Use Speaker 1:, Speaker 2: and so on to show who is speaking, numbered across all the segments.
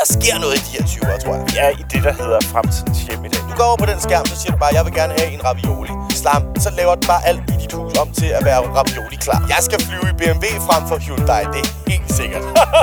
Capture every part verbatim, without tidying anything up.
Speaker 1: Der sker noget i de her tyvere, tror jeg.
Speaker 2: Vi er i det, der hedder fremtidens hjem i dag.
Speaker 1: Du går over på den skærm, så siger du bare, jeg vil gerne have en ravioli. Slam, så laver den bare alt i dit hus om til at være ravioli klar. Jeg skal flyve i B M W frem for Hyundai, det er helt sikkert.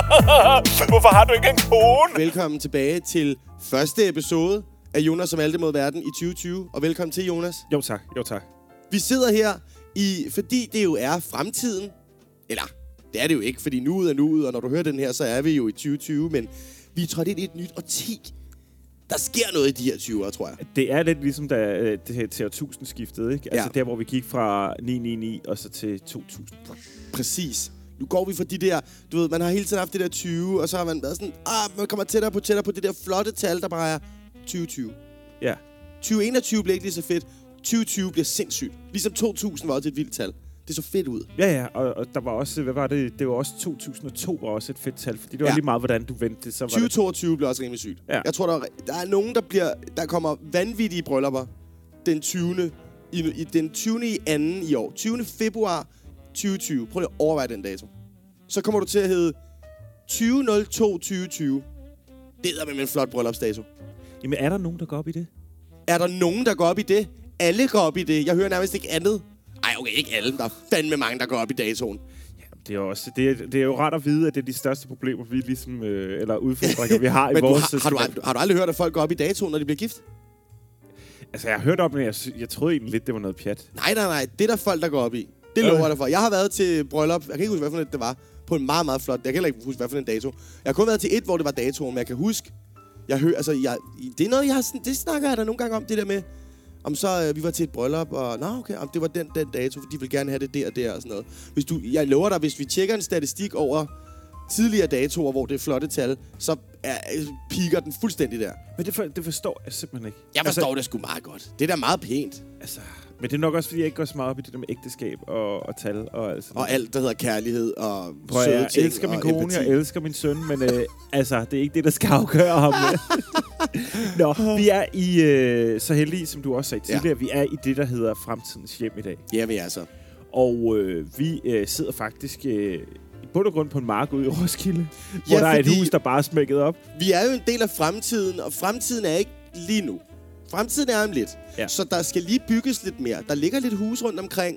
Speaker 2: Hvorfor har du ikke en kone?
Speaker 3: Velkommen tilbage til første episode af Jonas som Alte mod verden i tyve tyve. Og velkommen til, Jonas.
Speaker 2: Jo tak, jo tak.
Speaker 3: Vi sidder her, i, fordi det jo er fremtiden. Eller, det er det jo ikke, fordi nuet er nuet, og når du hører den her, så er vi jo i tyve tyve. Men vi er trådt ind i et nyt årti. Der sker noget i de her tyvere, tror jeg.
Speaker 2: Det er lidt ligesom, da det her til årtusind skiftede, ikke? Altså
Speaker 3: Ja.
Speaker 2: der, hvor vi gik fra ni ni ni og så til to tusind.
Speaker 3: Præcis. Nu går vi for de der, du ved, man har hele tiden haft det der tyve, og så har man været sådan, ah, man kommer tættere på tættere på det der flotte tal, der bare er tyve tyve.
Speaker 2: Ja.
Speaker 3: tyve enogtyve bliver ikke lige så fedt. tyve tyve bliver sindssygt. Ligesom to tusind var også et vildt tal. Det så fedt ud.
Speaker 2: Ja, ja, og, og der var også, hvad var det? Det var også to tusind og to var også et fedt tal, fordi det var
Speaker 3: Ja.
Speaker 2: lige meget, hvordan du vendte det. Så var
Speaker 3: tyve
Speaker 2: det...
Speaker 3: toogtyve bliver også rimelig sygt.
Speaker 2: Ja.
Speaker 3: Jeg tror, der er, der er nogen, der bliver, der kommer vanvittige bryllupper den tyvende i, i den tyvende i anden i år. tyvende februar tyve tyve. Prøv lige at overveje den dato. Så kommer du til at hedde tyve nul to tyve tyve. Det er med en flot bryllupsdato.
Speaker 2: Jamen, er der nogen, der går op i det?
Speaker 3: Er der nogen, der går op i det? Alle går op i det. Jeg hører nærmest ikke andet. Ej, okay, ikke alle. Der er fandme mange, der går op i datoen.
Speaker 2: Det er, også, det, er, det er jo rart at vide, at det er de største problemer, vi ligesom, øh, eller udfordringer, vi har i
Speaker 3: Men du,
Speaker 2: vores...
Speaker 3: har, har, du, ald- har du aldrig hørt, at folk går op i datoen, når de bliver gift?
Speaker 2: Altså, jeg har hørt om det, men jeg, jeg troede egentlig lidt, det var noget pjat.
Speaker 3: Nej, nej, nej. Det er der folk, der går op i. Det lover jeg dig for. Jeg har været til bryllup. Jeg kan ikke huske, hvad for et det var. På en meget, meget flot... Jeg kan heller ikke huske, hvad for en dato. Jeg har kun været til et, hvor det var datoen, men jeg kan huske... Jeg hører... Altså, jeg, det er noget, jeg har... Sådan, det snakker jeg da nogle gange om, det der med... Om så øh, vi var til et bryllup, og... Nå, okay, om det var den, den dato, for de vil gerne have det der og der og sådan noget. Hvis du, jeg lover dig, hvis vi tjekker en statistik over tidligere datoer, hvor det er flotte tal, så er, øh, piker den fuldstændig der.
Speaker 2: Men det, for, det forstår jeg simpelthen ikke.
Speaker 3: Jeg forstår
Speaker 2: altså,
Speaker 3: det sgu meget godt. Det er da meget pænt.
Speaker 2: Altså, men det er nok også, fordi jeg ikke går så meget op i det der med ægteskab og, og tal og alt sådan
Speaker 3: Og alt, der hedder kærlighed og
Speaker 2: Prøv,
Speaker 3: søde
Speaker 2: jeg
Speaker 3: ting
Speaker 2: elsker min
Speaker 3: og
Speaker 2: kone,
Speaker 3: empati.
Speaker 2: jeg elsker min søn, men øh, altså, det er ikke det, der skal afgøre ham. Nå, vi er i, øh, så heldige, som du også sagde tidligere, ja. Vi er i det, der hedder fremtidens hjem i dag.
Speaker 3: Ja, vi er så.
Speaker 2: Og øh, vi øh, sidder faktisk øh, i bund og grund på en mark ude i Roskilde, ja, hvor der er et hus, der bare er smækket op.
Speaker 3: Vi er jo en del af fremtiden, og fremtiden er ikke lige nu. Fremtiden er om lidt.
Speaker 2: Ja.
Speaker 3: Så der skal lige bygges lidt mere. Der ligger lidt hus rundt omkring.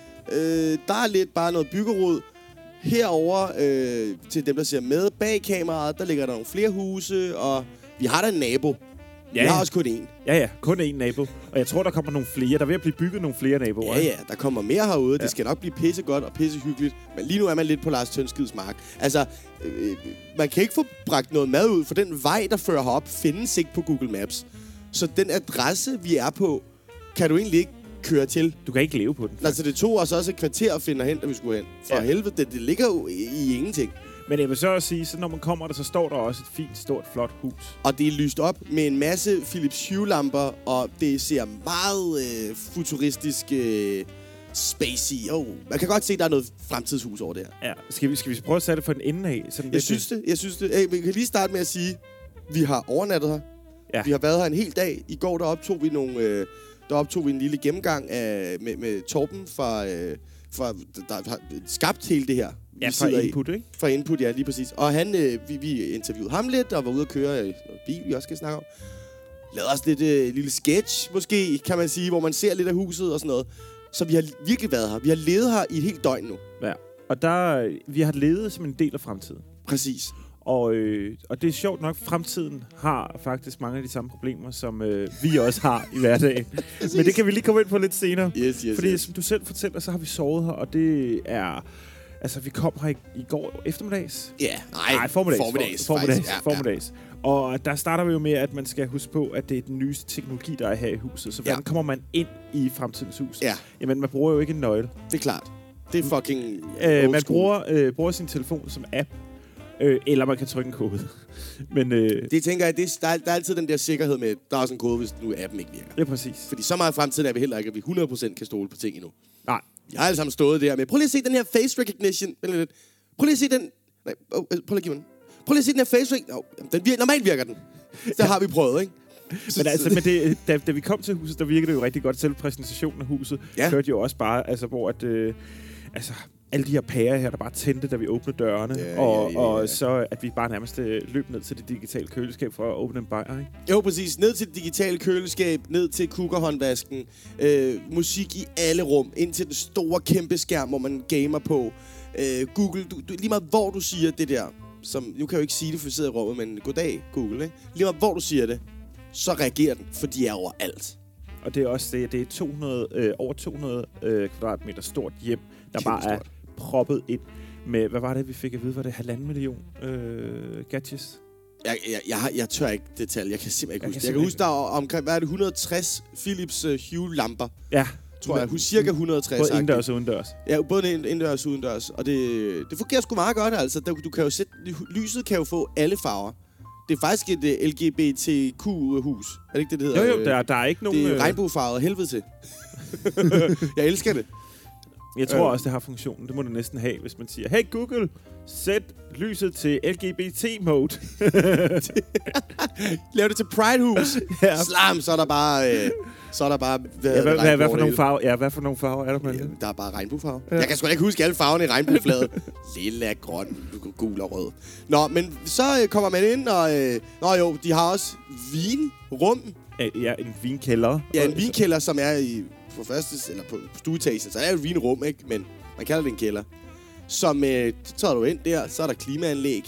Speaker 3: Øh, der er lidt bare noget byggerod. Herover øh, til dem, der ser med bag kameraet, der ligger der nogle flere huse, og vi har da en nabo.
Speaker 2: Ja,
Speaker 3: vi har
Speaker 2: ja.
Speaker 3: også kun én.
Speaker 2: Ja, ja. Kun én nabo. Og jeg tror, der kommer nogle flere. Der er ved at blive bygget nogle flere naboer.
Speaker 3: Ja, ja. Der kommer mere herude. Ja.
Speaker 2: Ja.
Speaker 3: Det skal nok blive pissegodt og pissehyggeligt. Men lige nu er man lidt på Lars Tønskids mark. Altså, øh, man kan ikke få bragt noget mad ud, for den vej, der fører herop, findes ikke på Google Maps. Så den adresse, vi er på, kan du egentlig ikke køre til.
Speaker 2: Du kan ikke leve på den.
Speaker 3: Altså, det tog os også et kvarter at finde hen, da vi skulle hen. For
Speaker 2: Ja.
Speaker 3: helvede, det, det ligger jo i, i ingenting.
Speaker 2: Men jeg vil så også sige, så når man kommer der, så står der også et fint, stort, flot hus.
Speaker 3: Og det er lyst op med en masse Philips Hue-lamper, og det ser meget øh, futuristisk øh, spacey. Oh, man kan godt se, at der er noget fremtidshus over det her.
Speaker 2: Ja. Skal vi, skal vi prøve at sætte det for en ende af? Sådan
Speaker 3: Jeg
Speaker 2: lidt-
Speaker 3: synes det, jeg synes det. Hey, vi kan lige starte med at sige, vi har overnattet her.
Speaker 2: Ja.
Speaker 3: Vi har været her en hel dag. I går, der optog vi nogle... Øh, der optog vi en lille gennemgang af, med, med Torben fra, øh, fra... Der har skabt hele det her.
Speaker 2: Ja,
Speaker 3: vi
Speaker 2: fra
Speaker 3: sidder i.
Speaker 2: input, ikke?
Speaker 3: Fra Input, ja, lige præcis. Og han, øh, vi, vi interviewede ham lidt, og var ude at køre i noget bil, vi også skal snakke om. Lavede også lidt øh, lille sketch, måske, kan man sige, hvor man ser lidt af huset og sådan noget. Så vi har virkelig været her. Vi har levet her i et helt døgn nu.
Speaker 2: Ja. Og der, vi har levet som en del af fremtiden.
Speaker 3: Præcis.
Speaker 2: Og, øh, og det er sjovt nok, fremtiden har faktisk mange af de samme problemer, som øh, vi også har i hverdagen. Men det kan vi lige komme ind på lidt senere.
Speaker 3: Yes, yes,
Speaker 2: Fordi
Speaker 3: yes.
Speaker 2: som du selv fortæller, så har vi sovet her, og det er... Altså, vi kom her i, i går eftermiddags.
Speaker 3: Ja, nej,
Speaker 2: Nej, formiddags.
Speaker 3: formiddags,
Speaker 2: For, formiddags,
Speaker 3: faktisk. Ja,
Speaker 2: formiddags. Og der starter vi jo med, at man skal huske på, at det er den nyeste teknologi, der er her i huset. Så hvordan
Speaker 3: Ja.
Speaker 2: kommer man ind i fremtidens hus?
Speaker 3: Ja.
Speaker 2: Jamen, man bruger jo ikke en nøgle.
Speaker 3: Det er klart. Det er fucking
Speaker 2: Øh,
Speaker 3: old
Speaker 2: man
Speaker 3: school.
Speaker 2: bruger, øh, bruger sin telefon som app, øh, eller man kan trykke en kode. Men øh,
Speaker 3: Det tænker jeg, det er, der, er, der er altid den der sikkerhed med, der er også en kode, hvis nu appen ikke virker.
Speaker 2: det er præcis.
Speaker 3: Fordi så meget i fremtiden er vi heller ikke, at vi hundrede procent kan stole på ting endnu.
Speaker 2: Nej.
Speaker 3: Jeg har alle sammen stået der med, prøv lige at se den her face recognition. Vent lidt. Prøv lige at se den... Nej, oh, prøv lige at give mig den. Prøv lige at se den her face recognition. Oh, den vir- normalt virker den. Så har vi prøvet, ikke?
Speaker 2: Men altså, men det, da, da vi kom til huset, der virkede det jo rigtig godt. Selv præsentationen af huset
Speaker 3: Ja.
Speaker 2: kørte jo også bare, altså, hvor at, øh, altså, alle de her pærer her, der bare tændte, da vi åbnede dørene.
Speaker 3: Ja,
Speaker 2: og,
Speaker 3: ja, ja, ja.
Speaker 2: og så at vi bare nærmest øh, løb ned til det digitale køleskab for at åbne en bajer, ikke?
Speaker 3: Jo, præcis. Ned til det digitale køleskab, ned til kukkerhåndvasken, øh, musik i alle rum, ind til den store kæmpe skærm, hvor man gamer på. Øh, Google, du, du, lige meget hvor du siger det der, som, nu kan jeg jo ikke sige det, for vi sidder i rummet, men goddag Google, ikke? Lige meget hvor du siger det, så reagerer den, for de er overalt.
Speaker 2: Og det er også det, det er to hundrede, øh, over to hundrede øh, kvadratmeter stort hjem, der
Speaker 3: Kæmpe
Speaker 2: bare er
Speaker 3: stort.
Speaker 2: proppet ind med, hvad var det, vi fik at vide? Var det halvanden million øh, gadgets?
Speaker 3: Jeg, jeg, jeg, har, jeg tør ikke detalje. Jeg kan simpelthen ikke
Speaker 2: Jeg
Speaker 3: huske
Speaker 2: kan
Speaker 3: det. Jeg kan huske,
Speaker 2: simpelthen
Speaker 3: der er omkring, hvad er det, et hundrede og tres Philips uh, Hue-lamper.
Speaker 2: Ja.
Speaker 3: Tror jeg. Husk cirka et hundrede og tres.
Speaker 2: Både indendørs og udendørs.
Speaker 3: Ja, både indendørs og udendørs. Og det, det fungerer sgu meget godt, altså. Du, du kan jo sætte, lyset kan jo få alle farver. Det er faktisk et uh, L G B T Q-hus. Er det ikke det, det hedder?
Speaker 2: Jo, jo, der, der er ikke nogen...
Speaker 3: Det er
Speaker 2: øh,
Speaker 3: regnbuefarvet helvede til. Jeg elsker det.
Speaker 2: Jeg tror
Speaker 3: Øh.
Speaker 2: også, det har funktionen. Det må det næsten have, hvis man siger, hey Google, sæt lyset til L G B T-mode.
Speaker 3: Lav det til Pride-hus.
Speaker 2: Ja.
Speaker 3: Slam, så er der bare... Øh, så er der bare... Hvad,
Speaker 2: Ja, hvad, hvad, hvad for
Speaker 3: regnbue
Speaker 2: nogle
Speaker 3: over
Speaker 2: farver? Ja, hvad for nogle farver er der med
Speaker 3: det hele.
Speaker 2: det?
Speaker 3: Ja, der er bare regnbuefarve. Ja. Jeg kan sgu da ikke huske alle farverne i regnbueflaget. Lilla, grøn, gul og rød. Nå, men så øh, kommer man ind, og... Øh, nå jo, de har også vinrum.
Speaker 2: Ja, en vinkælder.
Speaker 3: Ja, en vinkælder, som er i, på første... Eller på stueetagen. Så er det jo et vinrum, ikke? Men man kalder det en kælder. Som... Øh, så tager du ind der, så er der klimaanlæg.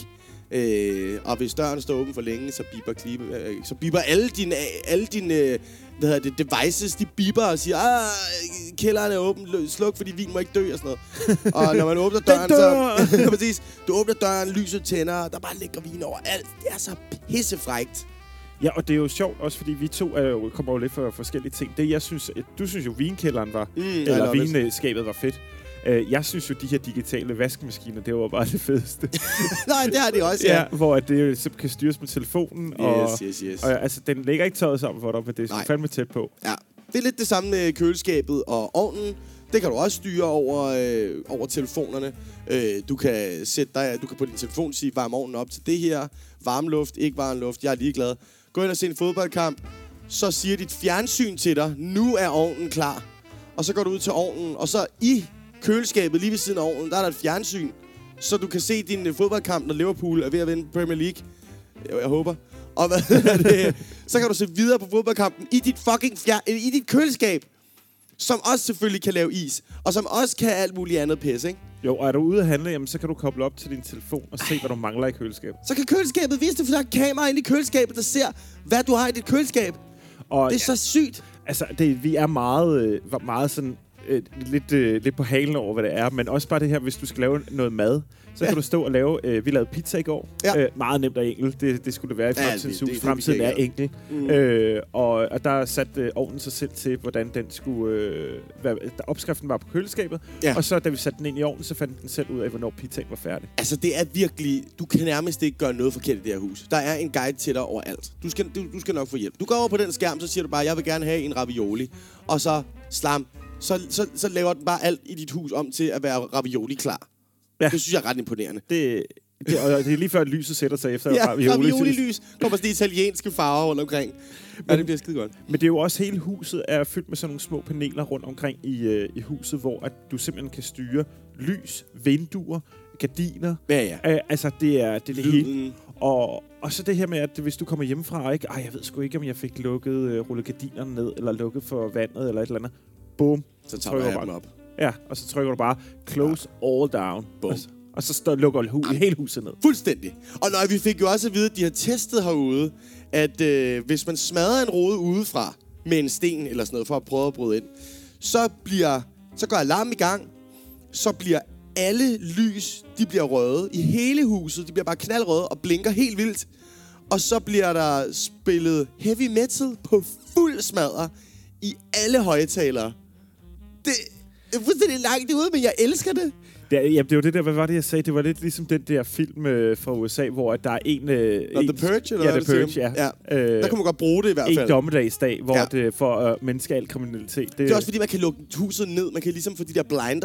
Speaker 3: Øh, og hvis døren står åben for længe, så biber, klima, øh, så biber alle dine... Alle dine øh, hvad hedder det, devices, de biber og siger, ah, kælderen er åben, sluk, fordi vin må ikke dø og sådan noget. Og når man åbner døren, så... præcis, du åbner døren, lyset tænder, der bare ligger vin overalt. Det er så pissefrækt.
Speaker 2: Ja, og det er jo sjovt også, fordi vi to er jo, kommer jo lidt for forskellige ting. Det, jeg synes, du synes jo, vinkælderen var,
Speaker 3: Mm,
Speaker 2: eller vinskabet var fedt. Uh, jeg synes jo, de her digitale vaskemaskiner, det var bare det fedeste.
Speaker 3: Nej, det har de også, ja.
Speaker 2: Ja, hvor at det jo så kan styres med telefonen.
Speaker 3: Yes,
Speaker 2: og,
Speaker 3: yes, yes.
Speaker 2: og altså, den ligger ikke tøjet sammen for dig, men det er sgu
Speaker 3: Nej.
Speaker 2: fandme tæt på.
Speaker 3: Ja, det er lidt det samme med køleskabet og ovnen. Det kan du også styre over, øh, over telefonerne. Øh, du kan sætte dig, du kan på din telefon sige, varm ovnen op til det her. Varm luft, ikke varm luft, jeg er ligeglad. Gå ind og se en fodboldkamp. Så siger dit fjernsyn til dig, nu er ovnen klar. Og så går du ud til ovnen, og så i køleskabet lige ved siden af ovnen, der er der et fjernsyn. Så du kan se din fodboldkamp, når Liverpool er ved at vinde Premier League. Jeg, jeg håber. Og hvad er det? Så kan du se videre på fodboldkampen i dit fucking fjer- i dit køleskab. Som også selvfølgelig kan lave is. Og som også kan alt muligt andet pis, ikke?
Speaker 2: Jo, og er du ude at handle, jamen, så kan du koble op til din telefon og se, hvad du mangler i køleskabet.
Speaker 3: Så kan køleskabet vise det, for der er et kamera inde i køleskabet, der ser, hvad du har i dit køleskab.
Speaker 2: Og
Speaker 3: Det er så sygt.
Speaker 2: Altså, det, vi er meget, øh, meget sådan, øh, lidt, øh, lidt på halen over, hvad det er. Men også bare det her, hvis du skal lave noget mad, så
Speaker 3: Ja.
Speaker 2: kan du stå og lave... Øh, vi lavede pizza i går.
Speaker 3: Ja.
Speaker 2: Øh, meget nemt og enkelt. Det, det skulle det være i
Speaker 3: Ja,
Speaker 2: fremtidens
Speaker 3: det- det-
Speaker 2: hus.
Speaker 3: det-
Speaker 2: Fremtiden
Speaker 3: det
Speaker 2: er
Speaker 3: kan
Speaker 2: enkel.
Speaker 3: Mm.
Speaker 2: Øh, og, og der satte øh, ovnen sig selv til, hvordan den skulle... Øh, hvad, der opskriften var på køleskabet.
Speaker 3: Ja.
Speaker 2: Og så, da vi satte den ind i ovnen, så fandt den selv ud af, hvornår pizzaen var færdig.
Speaker 3: Altså, det er virkelig... Du kan nærmest ikke gøre noget forkert i det her hus. Der er en guide til dig overalt. Du skal, du, du skal nok få hjælp. Du går over på den skærm, så siger du bare, jeg vil gerne have en ravioli. Og så, slam, så, så, så laver den bare alt i dit hus om til at være ravioli klar.
Speaker 2: Ja.
Speaker 3: Det synes jeg er ret imponerende.
Speaker 2: Det, det, og det er lige før, at lyset sætter sig efter
Speaker 3: Ja,
Speaker 2: ravioli.
Speaker 3: ravioli-lys. Kommer sådan de italienske farver rundt omkring. Ja, det bliver skide godt.
Speaker 2: Men det er jo også, hele huset er fyldt med sådan nogle små paneler rundt omkring i, øh, i huset, hvor at du simpelthen kan styre lys, vinduer, gardiner.
Speaker 3: Ja, ja.
Speaker 2: Øh, altså, det er det, er det hele.
Speaker 3: Lyden.
Speaker 2: Og, og så det her med, at hvis du kommer hjemmefra og ikke... Ej, jeg ved sgu ikke, om jeg fik lukket, øh, rullet gardinerne ned, eller lukket for vandet, eller et eller andet. Boom.
Speaker 3: Så
Speaker 2: trykker
Speaker 3: tager
Speaker 2: du
Speaker 3: jeg dem
Speaker 2: bare-
Speaker 3: op.
Speaker 2: Ja, og så trykker du bare close ja. all down.
Speaker 3: Bum.
Speaker 2: Og, så- og så står, lukker hu- hele huset ned.
Speaker 3: Fuldstændig. Og når vi fik jo også at vide, at de har testet herude, at øh, hvis man smadrer en rode udefra med en sten eller sådan noget, for at prøve at bryde ind, så bliver, så går alarmen i gang, så bliver alle lys, de bliver røde i hele huset, de bliver bare knaldrøde og blinker helt vildt. Og så bliver der spillet heavy metal på fuld smadre i alle højtalere. Det er fuldstændig langt ude, men jeg elsker det.
Speaker 2: Det, er- ja, det var det der, hvad var det, jeg sagde? Det var lidt ligesom den der film øh, fra U S A, hvor at der er en... Øh,
Speaker 3: Nå,
Speaker 2: en
Speaker 3: The Purge, eller
Speaker 2: ja,
Speaker 3: hvad
Speaker 2: The
Speaker 3: det siger?
Speaker 2: Purge, ja.
Speaker 3: Ja.
Speaker 2: Øh,
Speaker 3: Der kunne man godt bruge det i hvert fald.
Speaker 2: en dommedagsdag, hvor
Speaker 3: Ja.
Speaker 2: ja. det for at mindske al kriminalitet.
Speaker 3: Det er også fordi, man kan lukke huset ned. Man kan ligesom få de der blinders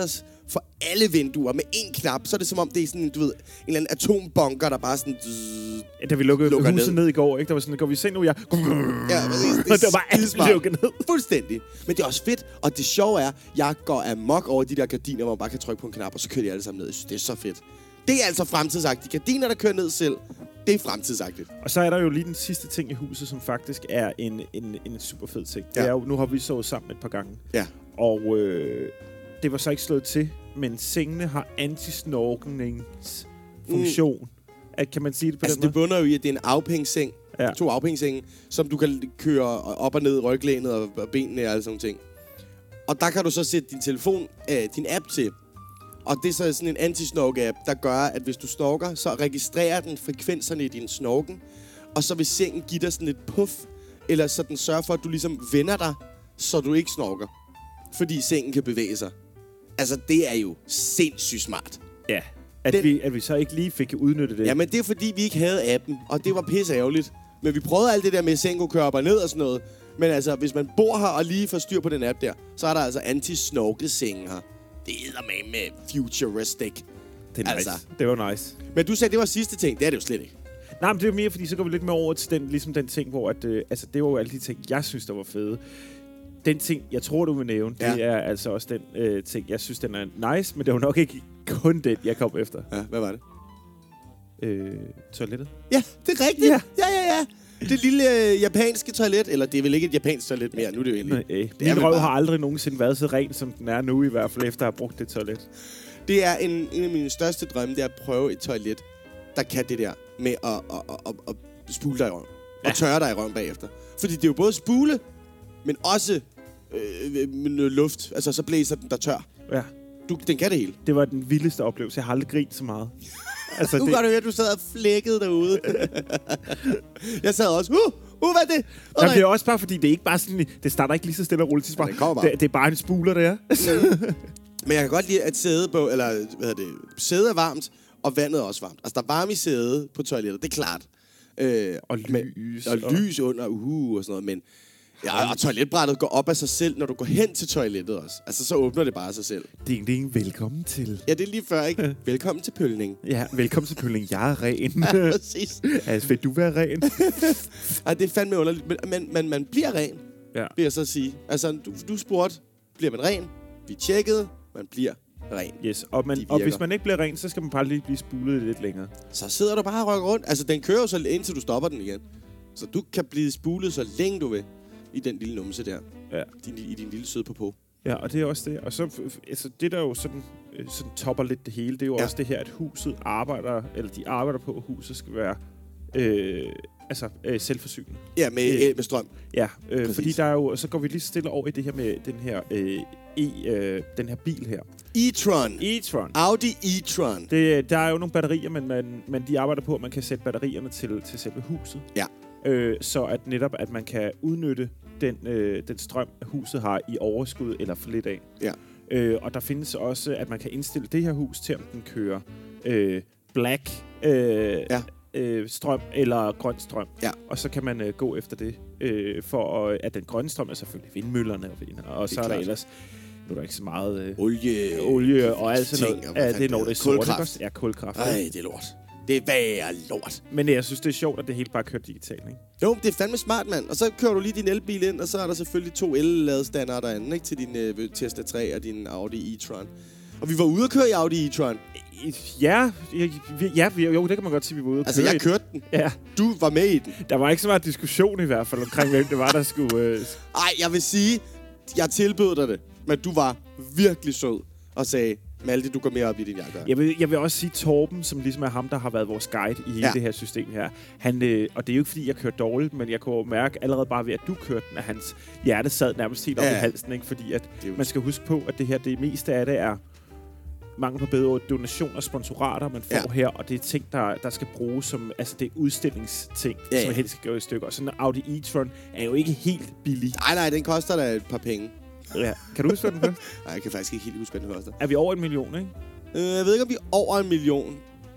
Speaker 3: for alle vinduer med én knap. Så er det som om, det er sådan, du ved, en eller anden atombunker, der bare sådan...
Speaker 2: Ja, da vi lukkede
Speaker 3: lukker
Speaker 2: huset
Speaker 3: ned.
Speaker 2: ned i går, ikke? Der var sådan, går vi i seng nu, ja.
Speaker 3: Ja, præcis. Det,
Speaker 2: og det var alt lukket ned.
Speaker 3: Fuldstændig. Men det er også fedt. Og det sjove er, jeg går amok over de der gardiner, hvor man bare kan trykke på en knap, og så kører de alle sammen ned. Jeg synes, det er så fedt. Det er altså fremtidsagtigt. Gardiner, der kører ned selv, det er fremtidsagtigt.
Speaker 2: Og så er der jo lige den sidste ting i huset, som faktisk er en, en, en super fed ting.
Speaker 3: Ja.
Speaker 2: Det er jo, nu har vi sovet sammen et par gange.
Speaker 3: Ja.
Speaker 2: Og øh, det var så ikke slået til, men sengene har anti-snorkningsfunktion. Mm. At, kan man sige det på
Speaker 3: Altså,
Speaker 2: den
Speaker 3: det bunder jo i, at det er en afhængsseng.
Speaker 2: Ja.
Speaker 3: To afhængssenge, som du kan køre op og ned, ryglænet og, og benene og alle sådan ting. Og der kan du så sætte din telefon, øh, din app til. Og det er så sådan en anti-snorke-app, der gør, at hvis du snorker, så registrerer den frekvenserne i din snorken. Og så vil sengen give dig sådan et puff, eller så den sørger for, at du ligesom vender dig, så du ikke snorker. Fordi sengen kan bevæge sig. Altså, det er jo sindssygt smart.
Speaker 2: Ja, at,
Speaker 3: Den-
Speaker 2: vi, at vi så ikke lige fik udnyttet det.
Speaker 3: Jamen, det er fordi, vi ikke havde appen, og det var pisse ærgerligt. Men vi prøvede alt det der med, at sengen kunne køre op og ned og sådan noget. Men altså, hvis man bor her og lige får styr på den app der, så er der altså anti-snorke-sengen her. Det er med med futuristic.
Speaker 2: det er nice.
Speaker 3: altså.
Speaker 2: Det var nice.
Speaker 3: Men du sagde, det var sidste ting. Det er det jo slet ikke.
Speaker 2: Nej, men det er mere, fordi så går vi lidt mere over til den, ligesom den ting, hvor at, øh, altså, det var jo alle de ting, jeg synes, der var fede. Den ting, jeg tror, du vil nævne, ja. det er altså også den øh, ting, jeg synes, den er nice, men det var nok ikke kun den, jeg kom efter.
Speaker 3: Ja, hvad var det?
Speaker 2: Øh, toilettet.
Speaker 3: Ja, det er rigtigt.
Speaker 2: Ja.
Speaker 3: Ja, ja, ja. Det lille øh, japanske toilet, eller det er vel ikke et japansk toilet mere, nu er det jo egentlig.
Speaker 2: Nej, øh,
Speaker 3: Det er
Speaker 2: min
Speaker 3: vel
Speaker 2: røv
Speaker 3: bare-
Speaker 2: har aldrig nogensinde været så ren, som den er nu, i hvert fald efter at have brugt det toilet.
Speaker 3: Det er en, en af mine største drømme, det er at prøve et toilet, der kan det der med at, at, at, at, at spule dig i røven. Ja. Og tørre dig i røven bagefter. Fordi det er jo både spule, men også øh, med noget luft. Altså, så blæser den der tør.
Speaker 2: Ja,
Speaker 3: Du, den kan det hele.
Speaker 2: det var den vildeste oplevelse. Jeg har aldrig grint så meget. Altså,
Speaker 3: Nu
Speaker 2: det,
Speaker 3: kan du høre, at du sad og flækkede derude. Jeg sad også, uh, uh, hvad er det? Oh,
Speaker 2: Jamen, det er også bare, fordi det er ikke bare sådan, det starter ikke lige så stille og roligt. Det, er bare,
Speaker 3: Ja, det kommer bare.
Speaker 2: det, det er bare en spuler, det er.
Speaker 3: Men jeg kan godt lide, at sæde på, eller hvad hedder det, sæde er varmt, og vandet er også varmt. Altså, der er varme i sædet på toilettet, det er klart. Øh,
Speaker 2: Og
Speaker 3: men-
Speaker 2: lys.
Speaker 3: Og lys under, uh, og sådan noget, men... Ja, og toiletbrættet går op af sig selv, når du går hen til toilettet også. Altså, så åbner det bare af sig selv.
Speaker 2: Ding, ding, velkommen til.
Speaker 3: Ja, det er lige før, ikke? Velkommen til pølning.
Speaker 2: Ja, velkommen til Pølling. Jeg er ren.
Speaker 3: Ja, præcis.
Speaker 2: Altså, vil du være ren?
Speaker 3: Ej, det er fandme underligt. Men man, man, man bliver ren,
Speaker 2: Ja.
Speaker 3: vil jeg så sige. Altså, du, du spurgte, bliver man ren? Vi tjekkede, man bliver ren.
Speaker 2: Yes, og, man,
Speaker 3: De
Speaker 2: og
Speaker 3: virker.
Speaker 2: hvis man ikke bliver ren, så skal man bare lige blive spulet lidt længere.
Speaker 3: Så sidder du bare og rykker rundt. Altså, den kører jo så indtil du stopper den igen. Så du kan blive spulet så længe du vil i den lille numse der.
Speaker 2: Ja.
Speaker 3: Din, I din lille søde på.
Speaker 2: Ja, og det er også det. Og så, f- f- altså, det der jo sådan, øh, sådan topper lidt det hele, det er jo
Speaker 3: Ja.
Speaker 2: ja. også det her, at huset arbejder, eller de arbejder på, at huset skal være øh, altså, øh, selvforsynende.
Speaker 3: Ja, med,
Speaker 2: Øh.
Speaker 3: øh, med strøm.
Speaker 2: Ja, øh,
Speaker 3: Præcis.
Speaker 2: fordi der er jo, så går vi lige stille over i det her med den her, øh, e, øh, den her bil her.
Speaker 3: e-tron.
Speaker 2: e-tron.
Speaker 3: Audi e-tron.
Speaker 2: Det, der er jo nogle batterier, men, man, men de arbejder på, at man kan sætte batterierne til, til selve huset.
Speaker 3: Ja.
Speaker 2: Øh, så at netop, at man kan udnytte den, øh, den strøm, huset har i overskud eller for lidt af.
Speaker 3: Ja.
Speaker 2: Øh, og der findes også, at man kan indstille det her hus til, om den kører øh, black øh,
Speaker 3: Ja.
Speaker 2: øh, strøm eller grøn strøm.
Speaker 3: Ja.
Speaker 2: Og så kan man øh, gå efter det. Øh, for at, at den grønne strøm er selvfølgelig vindmøllerne. Og, vind- og så er der
Speaker 3: klart.
Speaker 2: ellers... Nu er der ikke så meget... Øh,
Speaker 3: Olie.
Speaker 2: olie og alt sådan
Speaker 3: ting,
Speaker 2: noget.
Speaker 3: og hvad
Speaker 2: Ja, det er
Speaker 3: fanden
Speaker 2: når
Speaker 3: det
Speaker 2: det er
Speaker 3: hedder.
Speaker 2: sort, ikke
Speaker 3: Kulkraft.
Speaker 2: også? Ja, kulkraft.
Speaker 3: Ej, det er lort. Det er værre lort.
Speaker 2: Men jeg synes, det er sjovt, at det hele bare kører digitalt, ikke?
Speaker 3: Jo, det er fandme smart, mand. Og så kører du lige din elbil ind, og så er der selvfølgelig to el-ladestandere derinde, ikke? Til din øh, Tesla tre og din Audi e-tron. Og vi var ude at køre i Audi e-tron.
Speaker 2: Ja, ja, vi- ja vi, jo, det kan man godt sige, vi var ude at
Speaker 3: Altså,
Speaker 2: køre
Speaker 3: jeg
Speaker 2: i den.
Speaker 3: kørte den.
Speaker 2: Ja,
Speaker 3: Du var med i den.
Speaker 2: der var ikke så meget diskussion i hvert fald omkring, hvem det var, der skulle... Øh...
Speaker 3: Ej, jeg vil sige, jeg tilbød dig det. Men du var virkelig sød og sagde, Malte, du går mere op i din jakke.
Speaker 2: Jeg vil, jeg vil også sige Torben, som ligesom er ham, der har været vores guide i hele
Speaker 3: Ja.
Speaker 2: ja. det her system her. Han, øh, og det er jo ikke, fordi jeg kørte dårligt, men jeg kunne jo mærke allerede bare ved, at du kørte den, at hans hjerte sad nærmest helt op
Speaker 3: Ja.
Speaker 2: i halsen, ikke? Fordi at
Speaker 3: Det er jo-
Speaker 2: man skal huske på, at det her, det meste af det er mangel på bedre ord, donationer og sponsorater, man får
Speaker 3: Ja.
Speaker 2: ja. her, og det er ting, der, der skal bruges som, altså det er udstillingsting,
Speaker 3: Ja,
Speaker 2: ja,
Speaker 3: ja.
Speaker 2: som helst skal gå i stykker. Og sådan en Audi e-tron er jo ikke helt billig.
Speaker 3: Nej, nej, den koster da et par penge.
Speaker 2: Ja. Kan du huske, hvad den koster?
Speaker 3: Nej, jeg kan faktisk ikke helt huske, hvad den koster.
Speaker 2: Er vi over en million, ikke?
Speaker 3: Øh, jeg ved ikke, om vi er over en million.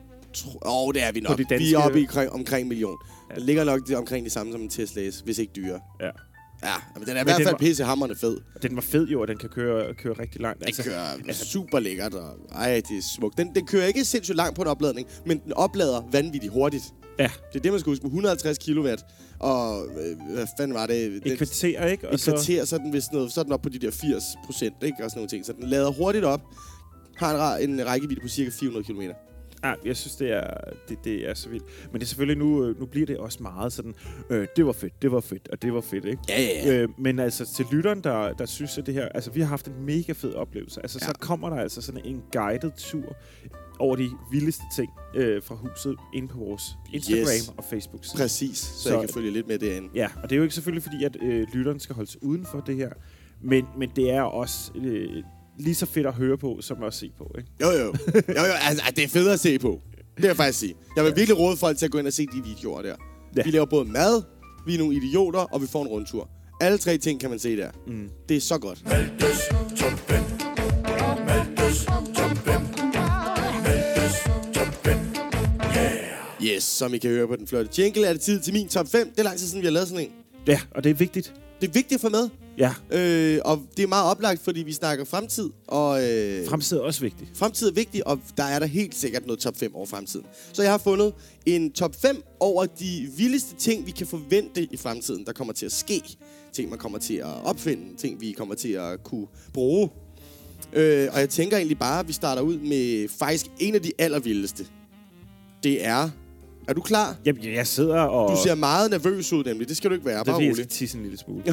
Speaker 3: Åh, oh, det er vi nok.
Speaker 2: de danske-
Speaker 3: Vi er oppe i omkring, omkring en million.
Speaker 2: Ja.
Speaker 3: Den ligger nok det, omkring det samme som en Tesla S, hvis ikke dyre.
Speaker 2: Ja.
Speaker 3: Ja, men den er i hvert fald pissehamrende fed.
Speaker 2: Den var fed jo, og den kan køre, køre rigtig langt.
Speaker 3: Den
Speaker 2: altså,
Speaker 3: kører
Speaker 2: altså,
Speaker 3: super lækkert, og ej, det er smukt. Den, den kører ikke sindssygt langt på en opladning, men den oplader vanvittigt hurtigt.
Speaker 2: Ja.
Speaker 3: Det er det, man skal huske. Med et hundrede og halvtreds kilowatt, og øh, hvad fanden var det?
Speaker 2: Et kvarter, ikke? Og
Speaker 3: et så... kvarter, så er den vist noget, så er den op på de der firs procent, ikke? Og sådan nogle ting. Så den lader hurtigt op, har en, en rækkevidde på cirka fire hundrede kilometer.
Speaker 2: Ja, jeg synes, det er, det, det er så vildt. Men det er selvfølgelig nu, nu bliver det også meget sådan, øh, det var fedt, det var fedt, og det var fedt, ikke?
Speaker 3: Ja, ja, ja.
Speaker 2: Øh, men altså til lytteren, der, der synes, at det her, altså vi har haft en mega fed oplevelse. Altså ja. Så kommer der altså sådan en guided tur over de vildeste ting øh, fra huset inde på vores Instagram yes. og Facebook.
Speaker 3: Præcis, så, så jeg kan følge lidt med derinde.
Speaker 2: Ja, og det er jo ikke selvfølgelig fordi, at øh, lytteren skal holdes uden for det her, men, men det er også øh, lige så fedt at høre på, som at se på, ikke?
Speaker 3: Jo, jo. jo, jo altså, det er fedt at se på. Det vil jeg faktisk sige. Jeg vil virkelig råde folk til at gå ind og se de videoer der. Ja. Vi laver både mad, vi er nogle idioter, og vi får en rundtur. Alle tre ting kan man se der. Mm. Det er så godt. Maltes top fem. Maltes top fem. Maltes top fem. Yeah. Yes, som I kan høre på den flotte jingle, er det tid til min top fem. Det er lang tid siden, vi har lavet sådan en.
Speaker 2: Ja, og det er vigtigt.
Speaker 3: Det er vigtigt at få med.
Speaker 2: Ja.
Speaker 3: Øh, og det er meget oplagt, fordi vi snakker fremtid. Og, øh,
Speaker 2: fremtid er også vigtigt.
Speaker 3: Fremtid er vigtigt, og der er der helt sikkert noget top fem over fremtiden. Så jeg har fundet en top fem over de vildeste ting, vi kan forvente i fremtiden, der kommer til at ske. Ting, man kommer til at opfinde. Ting, vi kommer til at kunne bruge. Øh, og jeg tænker egentlig bare, at vi starter ud med faktisk en af de allervildeste. Det er... Er du klar?
Speaker 2: Jamen, jeg sidder og...
Speaker 3: Du ser meget nervøs ud, nemlig. Det skal du ikke være.
Speaker 2: Det er
Speaker 3: bare
Speaker 2: fordi,
Speaker 3: roligt.
Speaker 2: jeg skal tisse en lille smule.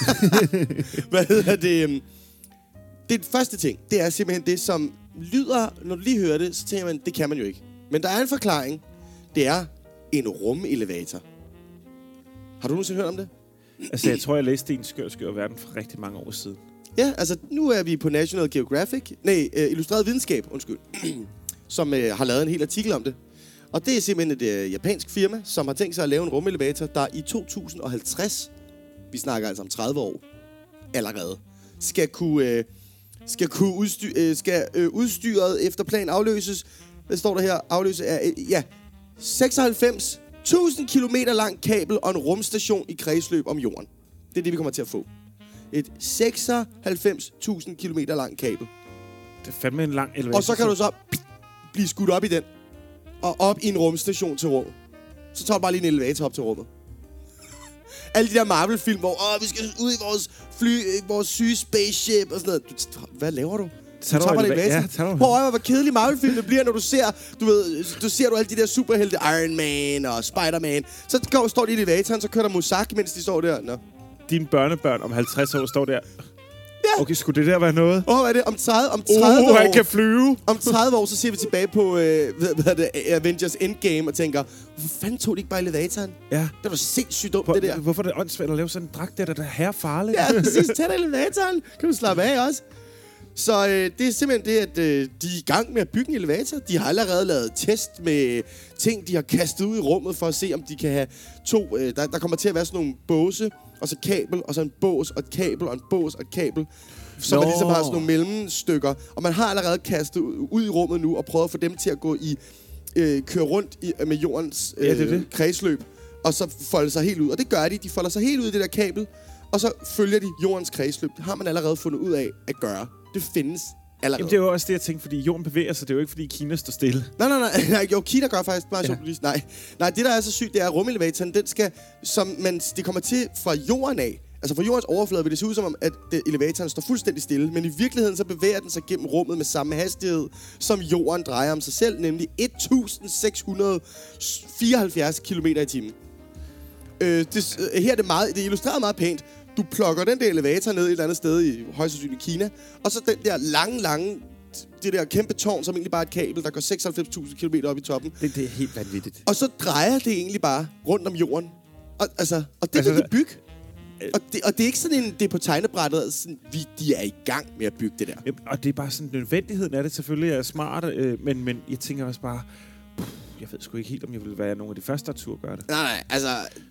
Speaker 3: Hvad hedder det? Det første ting, det er simpelthen det, som lyder... Når du lige hører det, så tænker man, det kan man jo ikke. Men der er en forklaring. Det er en rumelevator. Har du nogensinde hørt om det?
Speaker 2: Altså, jeg tror, jeg læste en skør, skør verden for rigtig mange år siden.
Speaker 3: Ja, altså, nu er vi på National Geographic. Nej, uh, Illustreret Videnskab, undskyld. som uh, har lavet en hel artikel om det. Og det er simpelthen et uh, japansk firma, som har tænkt sig at lave en rumelevator, der i to tusind og halvtreds, vi snakker altså om tredive år allerede, skal kunne, uh, skal kunne udstyr, uh, skal, uh, udstyret efter plan afløses. Hvad står der her? Afløse af, uh, ja, seksoghalvfems tusind kilometer lang kabel og en rumstation i kredsløb om jorden. Det er det, vi kommer til at få. Et seksoghalvfems tusind kilometer lang kabel.
Speaker 2: Det er fandme en lang elevator.
Speaker 3: Og så kan du så blive skudt op i den. Og op i en rumstation til rummet. Så tager du bare lige en elevator op til rummet. Alle de der Marvel-film, hvor åh, vi skal ud i vores fly, vores syge spaceship og sådan noget. Du, hvad laver du?
Speaker 2: Tager du
Speaker 3: bare
Speaker 2: elevator? Ja, tager du.
Speaker 3: Hvor, hvor kedelig Marvel-film det bliver, når du ser, du ved, du ser du alle de der superhelte, Iron Man og Spider-Man. Så går, står de i elevatoren, så kører der Muzak, mens de står der. Nå.
Speaker 2: Dine børnebørn om halvtreds år står der. Ja. Okay, skulle det der være noget?
Speaker 3: Åh, oh, hvad er det? Om tredive, om tredive
Speaker 2: oh,
Speaker 3: år...
Speaker 2: han kan flyve!
Speaker 3: Om tredive år, så ser vi tilbage på øh, hvad, hvad det, Avengers Endgame og tænker, hvorfor fanden tog de ikke bare elevatoren?
Speaker 2: Ja.
Speaker 3: Det var sindssygt dumt,
Speaker 2: Hvor,
Speaker 3: det der.
Speaker 2: Hvorfor er det åndssvagt at lave sådan en dragt der, der er herrefarligt?
Speaker 3: Ja, præcis. Tag da elevatoren. Kan du slappe af også? Så øh, det er simpelthen det, at øh, de er i gang med at bygge en elevator. De har allerede lavet test med ting, de har kastet ud i rummet for at se, om de kan have to... Øh, der, der kommer til at være sådan nogle båse, og så kabel, og så en bås, og et kabel, og en bås, og et kabel. Så man ligesom har sådan nogle mellemstykker. Og man har allerede kastet ud i rummet nu, og prøvet at få dem til at gå i... Øh, køre rundt i, med jordens øh, ja, det det. kredsløb, og så folde sig helt ud. Og det gør de. De folder sig helt ud i det der kabel, og så følger de jordens kredsløb. Det har man allerede fundet ud af at gøre. Det findes allerede.
Speaker 2: Jamen, det er jo også det, jeg tænker, fordi jorden bevæger sig. Det er jo ikke, fordi Kina står stille.
Speaker 3: Nej, nej, nej. nej jo, Kina gør faktisk bare ja. så nej. nej, det der er så sygt, det er, at rumelevatoren, den skal, som man, det kommer til fra jorden af. Altså fra jordens overflade vil det se ud som om, at det, elevatoren står fuldstændig stille. Men i virkeligheden så bevæger den sig gennem rummet med samme hastighed, som jorden drejer om sig selv. Nemlig et tusind seks hundrede fireoghalvfjerds kilometer i timen. Øh, det, her er det meget, det er illustreret meget pænt. Du plukker den der elevator ned et eller andet sted i højst sandsynligt Kina, og så den der lange, lange, det der kæmpe tårn, som egentlig bare er et kabel, der går seksoghalvfems tusind kilometer op i toppen.
Speaker 2: Det, det er helt vanvittigt.
Speaker 3: Og så drejer det egentlig bare rundt om jorden. Og, altså, og det
Speaker 2: altså,
Speaker 3: vil de bygge. Og det, og det er ikke sådan en, det er på tegnebrættet, sådan, vi, de er i gang med at bygge det der.
Speaker 2: Jamen, og det er bare sådan, nødvendigheden af det selvfølgelig er smart, øh, men, men jeg tænker også bare, jeg ved sgu ikke helt, om jeg vil være nogle af de første, der turde gøre det.
Speaker 3: Nej, nej, altså,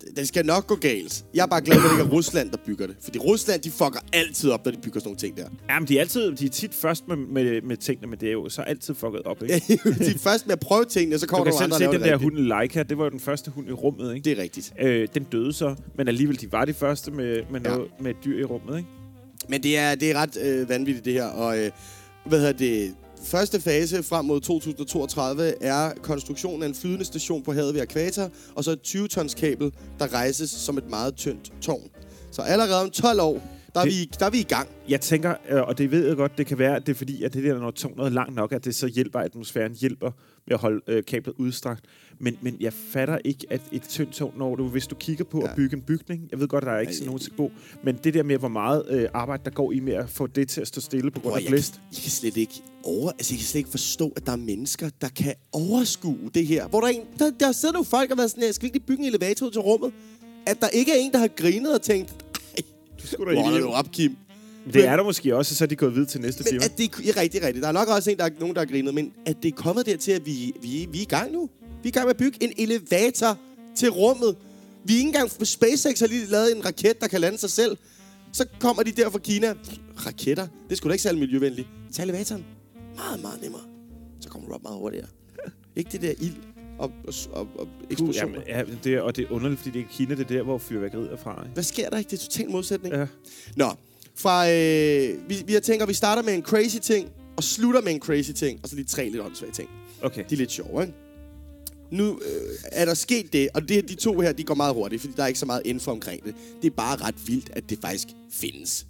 Speaker 3: det skal nok gå galt. Jeg er bare glad for, at det ikke er Rusland, der bygger det. Fordi Rusland, de fucker altid op, når de bygger sådan nogle ting der.
Speaker 2: Jamen, de er, altid, de er tit først med, med, med tingene, men det er jo så altid fucket op, ikke?
Speaker 3: De er først med at prøve tingene, så kommer der nogle andre.
Speaker 2: Du kan selv se den der hund Leica, det var jo den første hund i rummet, ikke?
Speaker 3: Det er rigtigt.
Speaker 2: Øh, den døde så, men alligevel, de var de første med, med, noget, ja. med et dyr i rummet, ikke?
Speaker 3: Men det er, det er ret øh, vanvittigt, det her. Og øh, hvad hedder det... Første fase frem mod to tusind toogtredive er konstruktionen af en flydende station på havet ved ækvator, og så et tyve tons kabel, der rejses som et meget tyndt tårn. Så allerede om tolv år, der er, det, vi, der er vi i gang.
Speaker 2: Jeg tænker, og det ved jeg godt, det kan være, at det er fordi, at det der, når tårnet er langt nok, at det så hjælper, atmosfæren hjælper med at holde øh, kablet udstrakt. Men, men jeg fatter ikke, at et tyndt tårn, når du, hvis du kigger på ja. at bygge en bygning, jeg ved godt, der er ikke sådan nogen til god, men det der med, hvor meget øh, arbejde, der går i med at få det til at stå stille på grund af blæst.
Speaker 3: Jeg, jeg kan slet ikke over, altså jeg kan slet ikke forstå, at der er mennesker, der kan overskue det her. Hvor der er en, der, der sidder nogle folk og været sådan her, skal vi ikke bygge en elevator til rummet? At der ikke er en, der har grinet og tænkt, ej,
Speaker 2: du skulle da
Speaker 3: ikke op, Kim.
Speaker 2: Det men, er der måske også, så er de gået videre til næste firma.
Speaker 3: Men at det er rigtig, rigtig. Der er nok også en, der er nogen, der har grinet, men at det er kommet dertil, at vi, vi, vi er i gang nu. Vi er i gang med at bygge en elevator til rummet. Vi er ikke engang... SpaceX har lige lavet en raket, der kan lande sig selv. Så kommer de der fra Kina. Raketter? Det skulle da ikke særlig miljøvenligt. Tag elevatoren. Meget, meget nemmere. Så kommer du op meget hurtigere. Ikke det der ild og, og, og, og eksplosioner.
Speaker 2: Puh, jamen, ja, det er, og det er underligt, fordi det er Kina, det er der, hvor fyrværkeriet er fra. Ikke?
Speaker 3: Hvad sker der ikke? Det er total modsætning.
Speaker 2: Ja.
Speaker 3: Nå, fra... Øh, vi, vi har tænkt, at vi starter med en crazy ting, og slutter med en crazy ting, og så de tre lidt åndssvage ting.
Speaker 2: Okay.
Speaker 3: De er lidt sjove, ikke? Nu øh, er der sket det, og det, de to her, de går meget hurtigt, fordi der er ikke så meget info omkring det. Det er bare ret vildt, at det faktisk findes.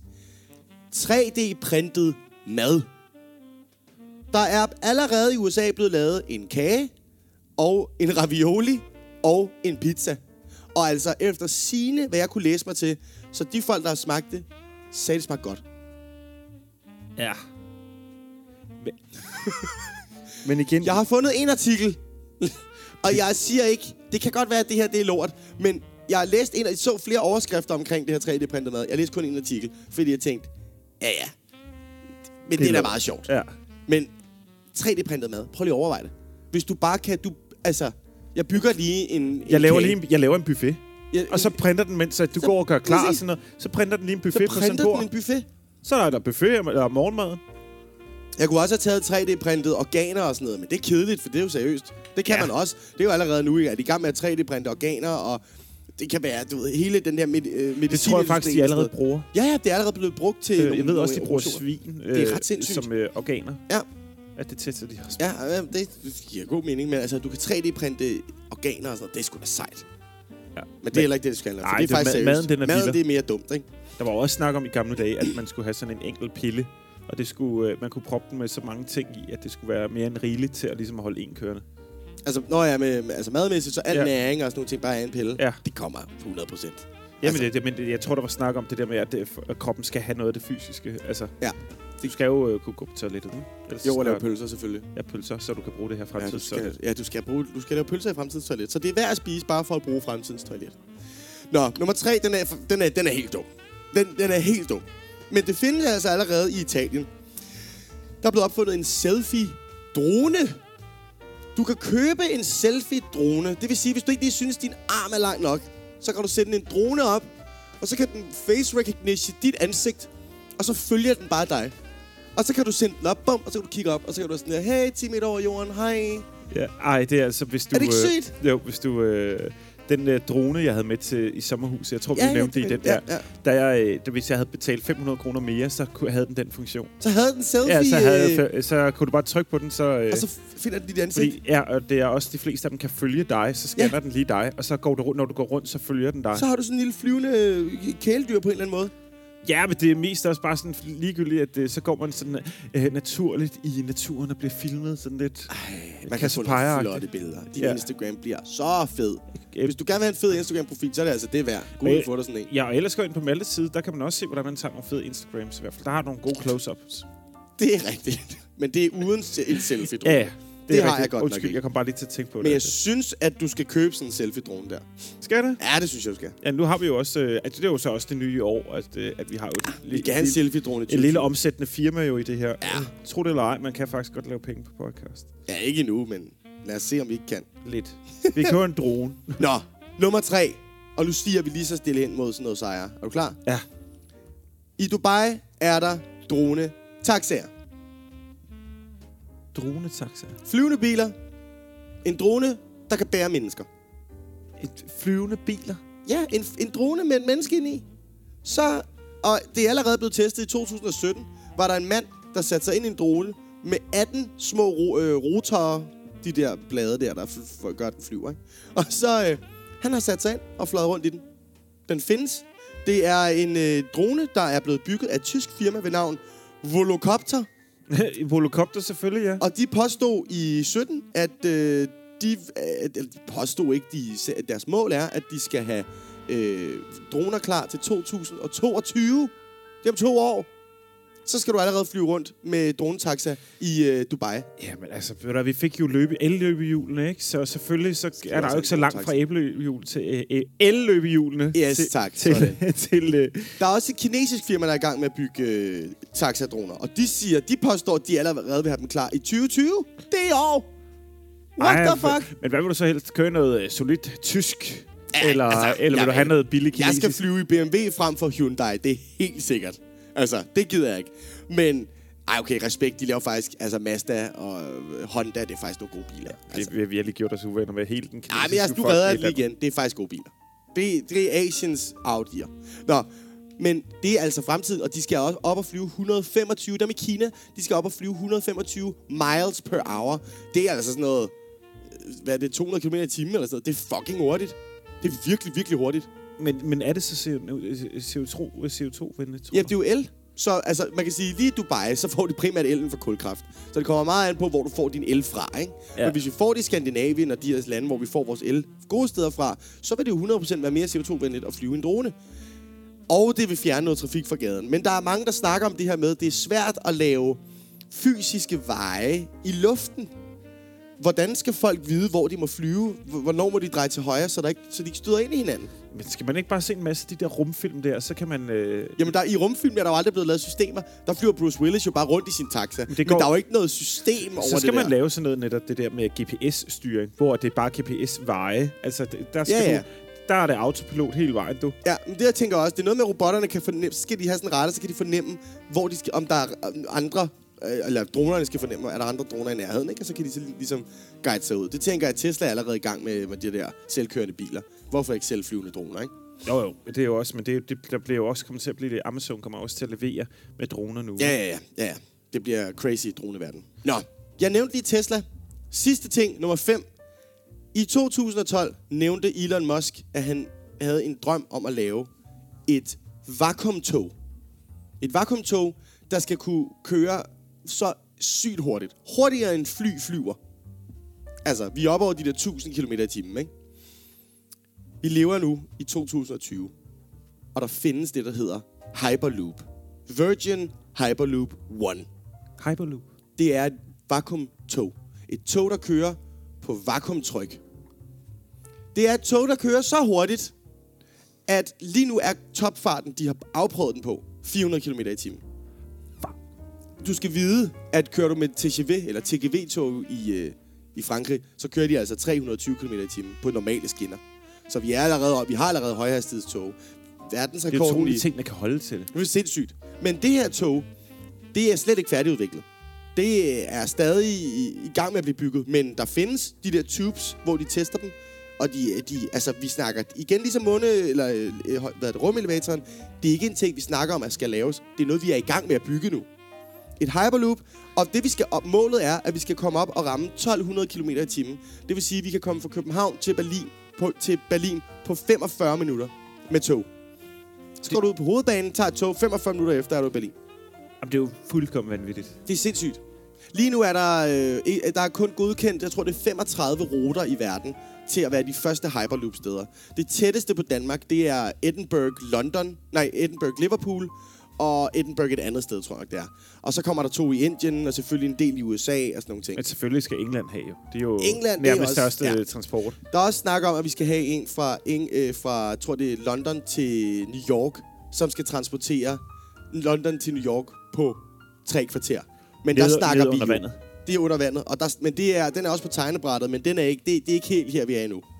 Speaker 3: tre D-printet mad. Der er allerede i U S A blevet lavet en kage, og en ravioli, og en pizza. Og altså, efter sigende, hvad jeg kunne læse mig til, så de folk, der har smagt det, sagde det smagte godt.
Speaker 2: Ja. Men, men igen...
Speaker 3: Jeg har fundet en artikel, og jeg siger ikke, det kan godt være, at det her det er lort, men jeg har læst en, og så flere overskrifter omkring det her tre D-printet mad. Jeg læste kun en artikel, fordi jeg tænkte, ja ja, men det, det er da meget sjovt.
Speaker 2: Ja.
Speaker 3: Men tre D-printet mad, prøv lige at overveje det. Hvis du bare kan, du, altså, jeg bygger lige en, en
Speaker 2: jeg laver lige en, jeg laver en buffet.
Speaker 3: Ja,
Speaker 2: og så printer den, mens at du så, går og gør klar og sådan noget. Så printer den lige en buffet på sådan
Speaker 3: Så printer den en buffet.
Speaker 2: Så er der buffet og morgenmad.
Speaker 3: Jeg kunne også have taget tre D-printet organer og sådan noget, men det er kedeligt, for det er jo seriøst. Det kan ja. man også. Det er jo allerede nu, at de er i gang med at tre D-printe organer, og det kan være, du ved, hele den der med, øh, medicin.
Speaker 2: Det tror jeg faktisk, de allerede bruger.
Speaker 3: Ja, ja, det er allerede blevet brugt til...
Speaker 2: Øh,
Speaker 3: nogle,
Speaker 2: jeg ved også, de bruger
Speaker 3: operationer.
Speaker 2: svin
Speaker 3: øh, det er ret sindssygt.
Speaker 2: som øh, organer.
Speaker 3: Ja.
Speaker 2: At det tester de også.
Speaker 3: Ja, det giver god mening, men altså, du kan tre D-printe organer og sådan noget. Det er sgu da sejt. Ja. Men det er heller ikke det, det skal handle om.
Speaker 2: Nej,
Speaker 3: det er faktisk
Speaker 2: ma- maden, den er
Speaker 3: maden, det er mere dumt, ikke?
Speaker 2: Der var også snak om i gamle dage, at man skulle have sådan en enkelt pille, og det skulle, øh, man kunne proppe den med så mange ting i, at det skulle være mere end rigeligt til at, ligesom at holde en kørende.
Speaker 3: Altså, når jeg med, med altså madmæssigt, så al ja. næring og sådan nogle ting bare er en pille.
Speaker 2: Ja.
Speaker 3: Det kommer hundrede procent.
Speaker 2: Jamen, altså, det, det, men det, jeg tror, der var snak om det der med, at, det, at kroppen skal have noget af det fysiske. Altså,
Speaker 3: ja.
Speaker 2: Du skal jo øh, kunne gå på toilettet, ikke?
Speaker 3: Ellers jo, og lave pølser selvfølgelig.
Speaker 2: Ja, pølser, så du kan bruge det her fremtidstoilet.
Speaker 3: Ja, du skal, bruge, du skal lave pølser i fremtidens toilet. Så det er værd at spise, bare for at bruge fremtidens toilet. Nå, nummer tre, den er, den er, den er helt dum. Den, den er helt dum. Men det findes altså allerede i Italien. Der er blevet opfundet en selfie-drone. Du kan købe en selfie-drone. Det vil sige, hvis du ikke lige synes, din arm er lang nok, så kan du sætte en drone op, og så kan den face recognition dit ansigt, og så følger den bare dig. Og så kan du sende den op, bum, og så kan du kigge op, og så kan du sådan der, hey, ti meter over jorden, hej.
Speaker 2: Ja, ej, det er altså, hvis du...
Speaker 3: Er det ikke sygt?
Speaker 2: Øh, jo, hvis du... Øh, den øh, drone, jeg havde med til i sommerhuset, jeg tror, vi
Speaker 3: ja,
Speaker 2: nævnte
Speaker 3: ja,
Speaker 2: det i den
Speaker 3: ja,
Speaker 2: der.
Speaker 3: ja.
Speaker 2: Da jeg, øh, da, hvis jeg havde betalt fem hundrede kroner mere, så kunne, havde den den funktion.
Speaker 3: Så havde den selfie...
Speaker 2: Ja, så, havde, så kunne du bare trykke på den, så... Øh,
Speaker 3: og så finder den dit ansigt?
Speaker 2: Fordi, ja, og det er også de fleste af dem kan følge dig, så scanner ja. den lige dig, og så går du rundt, når du går rundt, så følger den dig.
Speaker 3: Så har du sådan en lille flyvende kæledyr på en eller anden måde?
Speaker 2: Ja, men det er mest også bare sådan ligegyldigt, at det, så går man sådan øh, naturligt i naturen og bliver filmet sådan lidt.
Speaker 3: Ej, man kan få nogle flotte billeder. Din ja. Instagram bliver så fed. Hvis du gerne vil have en fed Instagram-profil, så er det altså det værd. Gå ud og få dig sådan en.
Speaker 2: Ja, og ellers gå ind på Maltes side, der kan man også se, hvordan man tager nogle fede Instagrams i hvert fald. Der har nogle gode close-ups.
Speaker 3: Det er rigtigt. Men det er uden en selfie-drone.
Speaker 2: Ja,
Speaker 3: det, det har
Speaker 2: rigtig.
Speaker 3: jeg godt
Speaker 2: Undskyld,
Speaker 3: nok ikke.
Speaker 2: Jeg kom bare lige til at tænke på
Speaker 3: Men
Speaker 2: det.
Speaker 3: Men jeg synes, at du skal købe sådan en selfie-drone der.
Speaker 2: Skal det?
Speaker 3: Ja, det synes jeg, du skal.
Speaker 2: Ja, nu har vi jo også... Øh, altså, det er jo så også det nye år, at, øh, at vi har jo... Et,
Speaker 3: vi kan have en selfie-drone.
Speaker 2: Et lille omsættende firma jo i det her.
Speaker 3: Ja.
Speaker 2: Tro det eller ej, man kan faktisk godt lave penge på podcast.
Speaker 3: Ja, ikke endnu, men lad os se, om vi ikke kan.
Speaker 2: Lidt. Vi kan jo en drone.
Speaker 3: Nå, nummer tre. Og nu stiger vi lige så stille hen mod sådan noget sejr. Er du klar?
Speaker 2: Ja.
Speaker 3: I Dubai er der drone-taxaer.
Speaker 2: Drone-taxaer?
Speaker 3: Flyvende biler. En drone, der kan bære mennesker.
Speaker 2: Et flyvende biler?
Speaker 3: Ja, en, en drone med et menneske ind i. Så, og det er allerede blevet testet i to tusind og sytten, var der en mand, der satte sig ind i en drone med atten små ro, øh, rotorer, de der blade der, der f- f- gør, den flyver. Ikke? Og så, øh, han har sat sig ind og fløjet rundt i den. Den findes. Det er en øh, drone, der er blevet bygget af et tysk firma ved navn Volocopter.
Speaker 2: Volocopter selvfølgelig, ja.
Speaker 3: Og de påstod i sytten, at øh, de, øh, de påstod ikke, de, at deres mål er, at de skal have øh, droner klar til to tusind og toogtyve. Det er om to år. Så skal du allerede flyve rundt med dronetaxa i øh, Dubai.
Speaker 2: Jamen altså, ved du, vi fik jo løbe, el-løbehjulene, ikke? Så selvfølgelig så er der jo ikke så langt fra el-løbehjul til øh, el-løbehjulene.
Speaker 3: Yes,
Speaker 2: til,
Speaker 3: tak.
Speaker 2: Til, til, øh.
Speaker 3: Der er også et kinesisk firma, der er i gang med at bygge øh, taxadroner. Og de siger, de påstår, at de allerede vil have dem klar i tyve tyve. Det er i år! What
Speaker 2: Ej,
Speaker 3: the fuck?
Speaker 2: Men hvad vil du så helst? Køre noget øh, solidt tysk?
Speaker 3: Ja,
Speaker 2: eller
Speaker 3: altså,
Speaker 2: eller vil du have noget billigt kinesisk?
Speaker 3: Jeg skal flyve i B M W frem for Hyundai, det er helt sikkert. Altså, det gider jeg ikke. Men, ej okay, respekt, de laver faktisk, altså Mazda og Honda, det er faktisk nogle gode biler. Altså.
Speaker 2: Det vi har virkelig gjort os uvenner med hele den kinesiske.
Speaker 3: Nej, men jeg, du redder det lige igen. Det er faktisk gode biler. Det, det er Asiens Audi'er. Nå, men det er altså fremtiden, og de skal også op og flyve et hundrede og femogtyve. Dem i Kina, de skal op og flyve et hundrede og femogtyve miles per hour. Det er altså sådan noget, hvad er det, to hundrede kilometer i timen eller sådan noget. Det er fucking hurtigt. Det er virkelig, virkelig hurtigt.
Speaker 2: Men, men er det så C O to-venligt?
Speaker 3: Ja, det er jo el. Så altså, man kan sige, lige i Dubai, så får de primært elen fra kulkraft. Så det kommer meget an på, hvor du får din el fra, ikke? Ja. Men hvis vi får det i Skandinavien og de her lande, hvor vi får vores el gode steder fra, så vil det jo hundrede procent være mere C O to-venligt at flyve en drone. Og det vil fjerne noget trafik fra gaden. Men der er mange, der snakker om det her med, at det er svært at lave fysiske veje i luften. Hvordan skal folk vide, hvor de må flyve? Hvornår må de dreje til højre, så, der ikke, så de ikke støder ind i hinanden?
Speaker 2: Men skal man ikke bare se en masse af de der rumfilm der, så kan man... Øh...
Speaker 3: Jamen, der, i rumfilm er der jo aldrig blevet lavet systemer. Der flyver Bruce Willis jo bare rundt i sin taxa. Men, går... Men der er jo ikke noget system over det der.
Speaker 2: Så skal man lave sådan noget netop det der med G P S-styring, hvor det er bare G P S-veje. Altså, der skal ja, ja. Du... Der er det autopilot hele vejen, du.
Speaker 3: Ja, men det jeg tænker også, det er noget med, at robotterne kan fornemme... Så skal de have sådan en radar, så kan de fornemme, hvor de skal, om der er andre... Eller dronerne skal fornemme, er der andre droner i nærheden, ikke? Og så kan de så ligesom guide sig ud. Det tænker jeg, at Tesla er allerede i gang med, med de der selvkørende biler. Hvorfor ikke selvflyvende droner, ikke?
Speaker 2: Jo, jo. Det er jo også, men det, er, det der bliver jo også kommet til at blive det. Amazon kommer også til at levere med droner nu.
Speaker 3: Ja, ja, ja. ja, ja. Det bliver crazy i droneverden. Nå, jeg nævnte lige Tesla. Sidste ting, nummer fem. I to tusind og tolv nævnte Elon Musk, at han havde en drøm om at lave et vakuumtog. Et vakuumtog, der skal kunne køre så sygt hurtigt. Hurtigere end fly flyver. Altså, vi er oppe over de der tusind kilometer i timen, ikke? Vi lever nu i to tusind og tyve, og der findes det, der hedder Hyperloop. Virgin Hyperloop One.
Speaker 2: Hyperloop?
Speaker 3: Det er et vakuumtog. Et tog, der kører på vakuumtryk. Det er et tog, der kører så hurtigt, at lige nu er topfarten, de har afprøvet den på, fire hundrede kilometer i timen. Du skal vide, at kører du med T G V eller T G V-tog i, øh, i Frankrig, så kører de altså tre hundrede og tyve kilometer i timen på normale skinner. Så vi, er allerede, vi har allerede højhastighedstog. Verdensrekorden...
Speaker 2: Det er utroligt ting, der kan holde til det.
Speaker 3: Det er sindssygt. Men det her tog, det er slet ikke færdigudviklet. Det er stadig i, i gang med at blive bygget, men der findes de der tubes, hvor de tester dem. Og de, de, altså, vi snakker igen ligesom måne, eller øh, hvad er det, rumelevatoren. Det er ikke en ting, vi snakker om, at skal laves. Det er noget, vi er i gang med at bygge nu. Et Hyperloop, og det vi skal op, målet er, at vi skal komme op og ramme tolv hundrede kilometer i timen. Det vil sige, at vi kan komme fra København til Berlin på, til Berlin på femogfyrre minutter med tog. Så går du ud på hovedbanen, tager et tog, femogfyrre minutter efter er du i Berlin.
Speaker 2: Jamen, det er jo fuldkommen vanvittigt.
Speaker 3: Det er sindssygt. Lige nu er der, øh, der er kun godkendt, jeg tror det er femogtredive ruter i verden, til at være de første Hyperloop-steder. Det tætteste på Danmark, det er Edinburgh, London, nej, Edinburgh, Liverpool, og Edinburgh et andet sted, tror jeg, det er. Og så kommer der to i Indien, og selvfølgelig en del i U S A, og sådan nogle ting.
Speaker 2: Men selvfølgelig skal England have jo. Det er jo
Speaker 3: England,
Speaker 2: nærmest
Speaker 3: også,
Speaker 2: største
Speaker 3: ja.
Speaker 2: transport.
Speaker 3: Der er også snak om, at vi skal have en fra, en, øh, fra jeg tror det er London til New York, som skal transportere London til New York på tre kvarter. Men
Speaker 2: Leder,
Speaker 3: der snakker vi
Speaker 2: under
Speaker 3: jo.
Speaker 2: vandet.
Speaker 3: Det er under vandet, og der, men det er, den er også på tegnebrættet, men den er ikke, det, det er ikke helt her, vi er endnu.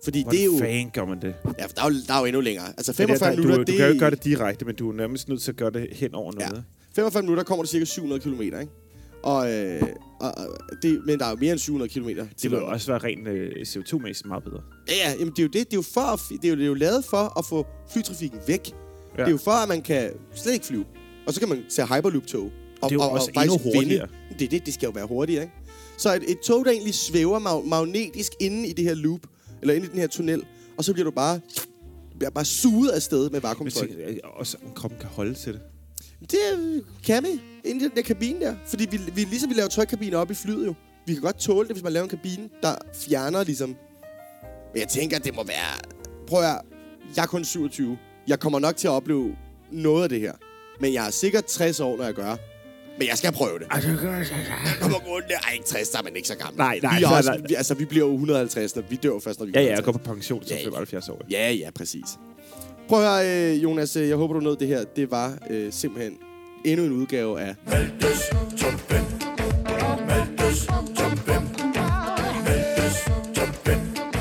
Speaker 3: Fordi
Speaker 2: Hvor
Speaker 3: det er jo...
Speaker 2: fanden gør man det?
Speaker 3: Ja, for der er jo, der er jo endnu længere. Altså femogfyrre
Speaker 2: det, der,
Speaker 3: minutter,
Speaker 2: du,
Speaker 3: det...
Speaker 2: du kan jo ikke gøre det direkte, men du er nærmest nødt til at gøre det hen over noget.
Speaker 3: Ja. femogfyrre minutter kommer der cirka syv hundrede kilometer, ikke? Og, øh, og, og det, men der er jo mere end syv hundrede kilometer.
Speaker 2: Det vil jo også være rent øh, C O to-mæssigt meget bedre.
Speaker 3: Ja, ja, jamen det er jo det. Det er jo, for at, det er jo, det er jo lavet for at få flytrafikken væk. Ja. Det er jo for, at man kan slet ikke flyve. Og så kan man tage Hyperloop-tog. Og,
Speaker 2: det er jo
Speaker 3: og,
Speaker 2: også
Speaker 3: og
Speaker 2: endnu
Speaker 3: vinde.
Speaker 2: hurtigere.
Speaker 3: Det er det. Det skal jo være hurtigere, ikke? Så et, et tog, der egentlig svæver mag- magnetisk inde i det her loop, eller inde i den her tunnel, og så bliver du bare, bliver bare suget afsted med vakuumtryk.
Speaker 2: Og så kroppen kan holde til det.
Speaker 3: Det kan vi, inde i den der kabine der. Fordi vi, vi, ligesom vi laver trykkabiner op i flyet jo. Vi kan godt tåle det, hvis man laver en kabine, der fjerner ligesom... Men jeg tænker, det må være... Prøv at høre. Jeg er kun syvogtyve. Jeg kommer nok til at opleve noget af det her. Men jeg er sikkert tres år, når jeg gør. Men jeg skal prøve det.
Speaker 2: Altså,
Speaker 3: Jeg kommer rundt der. Ej, ikke tres, der er man ikke så gammel.
Speaker 2: Nej, nej.
Speaker 3: Vi, er
Speaker 2: nej,
Speaker 3: også,
Speaker 2: nej.
Speaker 3: vi, altså, vi bliver jo et hundrede og halvtreds, når vi dør først, når vi
Speaker 2: Ja, ja,
Speaker 3: hundrede
Speaker 2: jeg
Speaker 3: og
Speaker 2: går på pension som
Speaker 3: Ja, ja.
Speaker 2: femoghalvfjerds år.
Speaker 3: Ja, ja, præcis. Prøv at høre, øh, Jonas. Jeg håber, du nåede det her. Det var øh, simpelthen endnu en udgave af...
Speaker 1: Maltes top fem. Maltes top fem. Maltes top fem.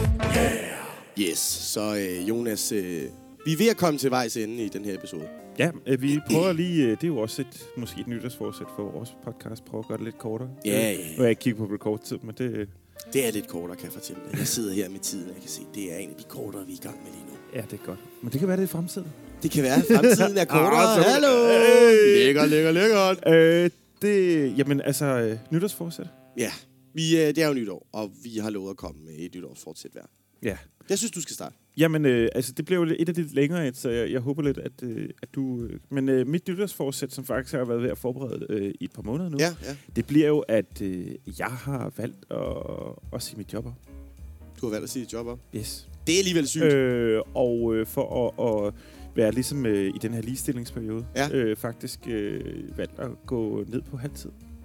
Speaker 1: Yeah.
Speaker 3: Yes, så øh, Jonas, øh, vi er ved at komme til vejs ende i den her episode.
Speaker 2: Ja, øh, vi prøver lige... Øh, det er jo også et, måske et nytårsforsæt for vores podcast. Prøve at gøre det lidt kortere.
Speaker 3: Ja, ja, ja.
Speaker 2: Nu har jeg ikke kigget på rekordtid, men det... Øh,
Speaker 3: Det er lidt kortere, kan jeg fortælle dig. Jeg sidder her med tiden, og jeg kan se, det er en af de kortere, vi er i gang med lige nu.
Speaker 2: ja, det er godt. Men det kan være, det er i fremtiden.
Speaker 3: Det kan være, at fremtiden er kortere.
Speaker 2: Ah, så-
Speaker 3: Hallo!
Speaker 2: Hey!
Speaker 3: Lækker, lækker, lækkert.
Speaker 2: Øh, det... Jamen, altså... Øh, nytårsforsæt?
Speaker 3: Ja, vi, øh, det er jo nytår, og vi har lovet at komme med et nytårsfortsæt hver.
Speaker 2: Ja.
Speaker 3: Jeg synes, du skal starte.
Speaker 2: Jamen, øh, altså, det blev jo et af de længere et, så jeg, jeg håber lidt, at, øh, at du... Øh, men øh, mit nytårsforsæt, som faktisk har været ved at forberede øh, i et par måneder nu,
Speaker 3: Ja, ja.
Speaker 2: det bliver jo, at øh, jeg har valgt at, at sige mit job op.
Speaker 3: Du har valgt at sige dit job op.
Speaker 2: Yes.
Speaker 3: Det er alligevel sygt.
Speaker 2: Øh, og øh, for at, at være ligesom øh, i den her ligestillingsperiode,
Speaker 3: Ja.
Speaker 2: øh, faktisk øh, valgt at gå ned på halvtid.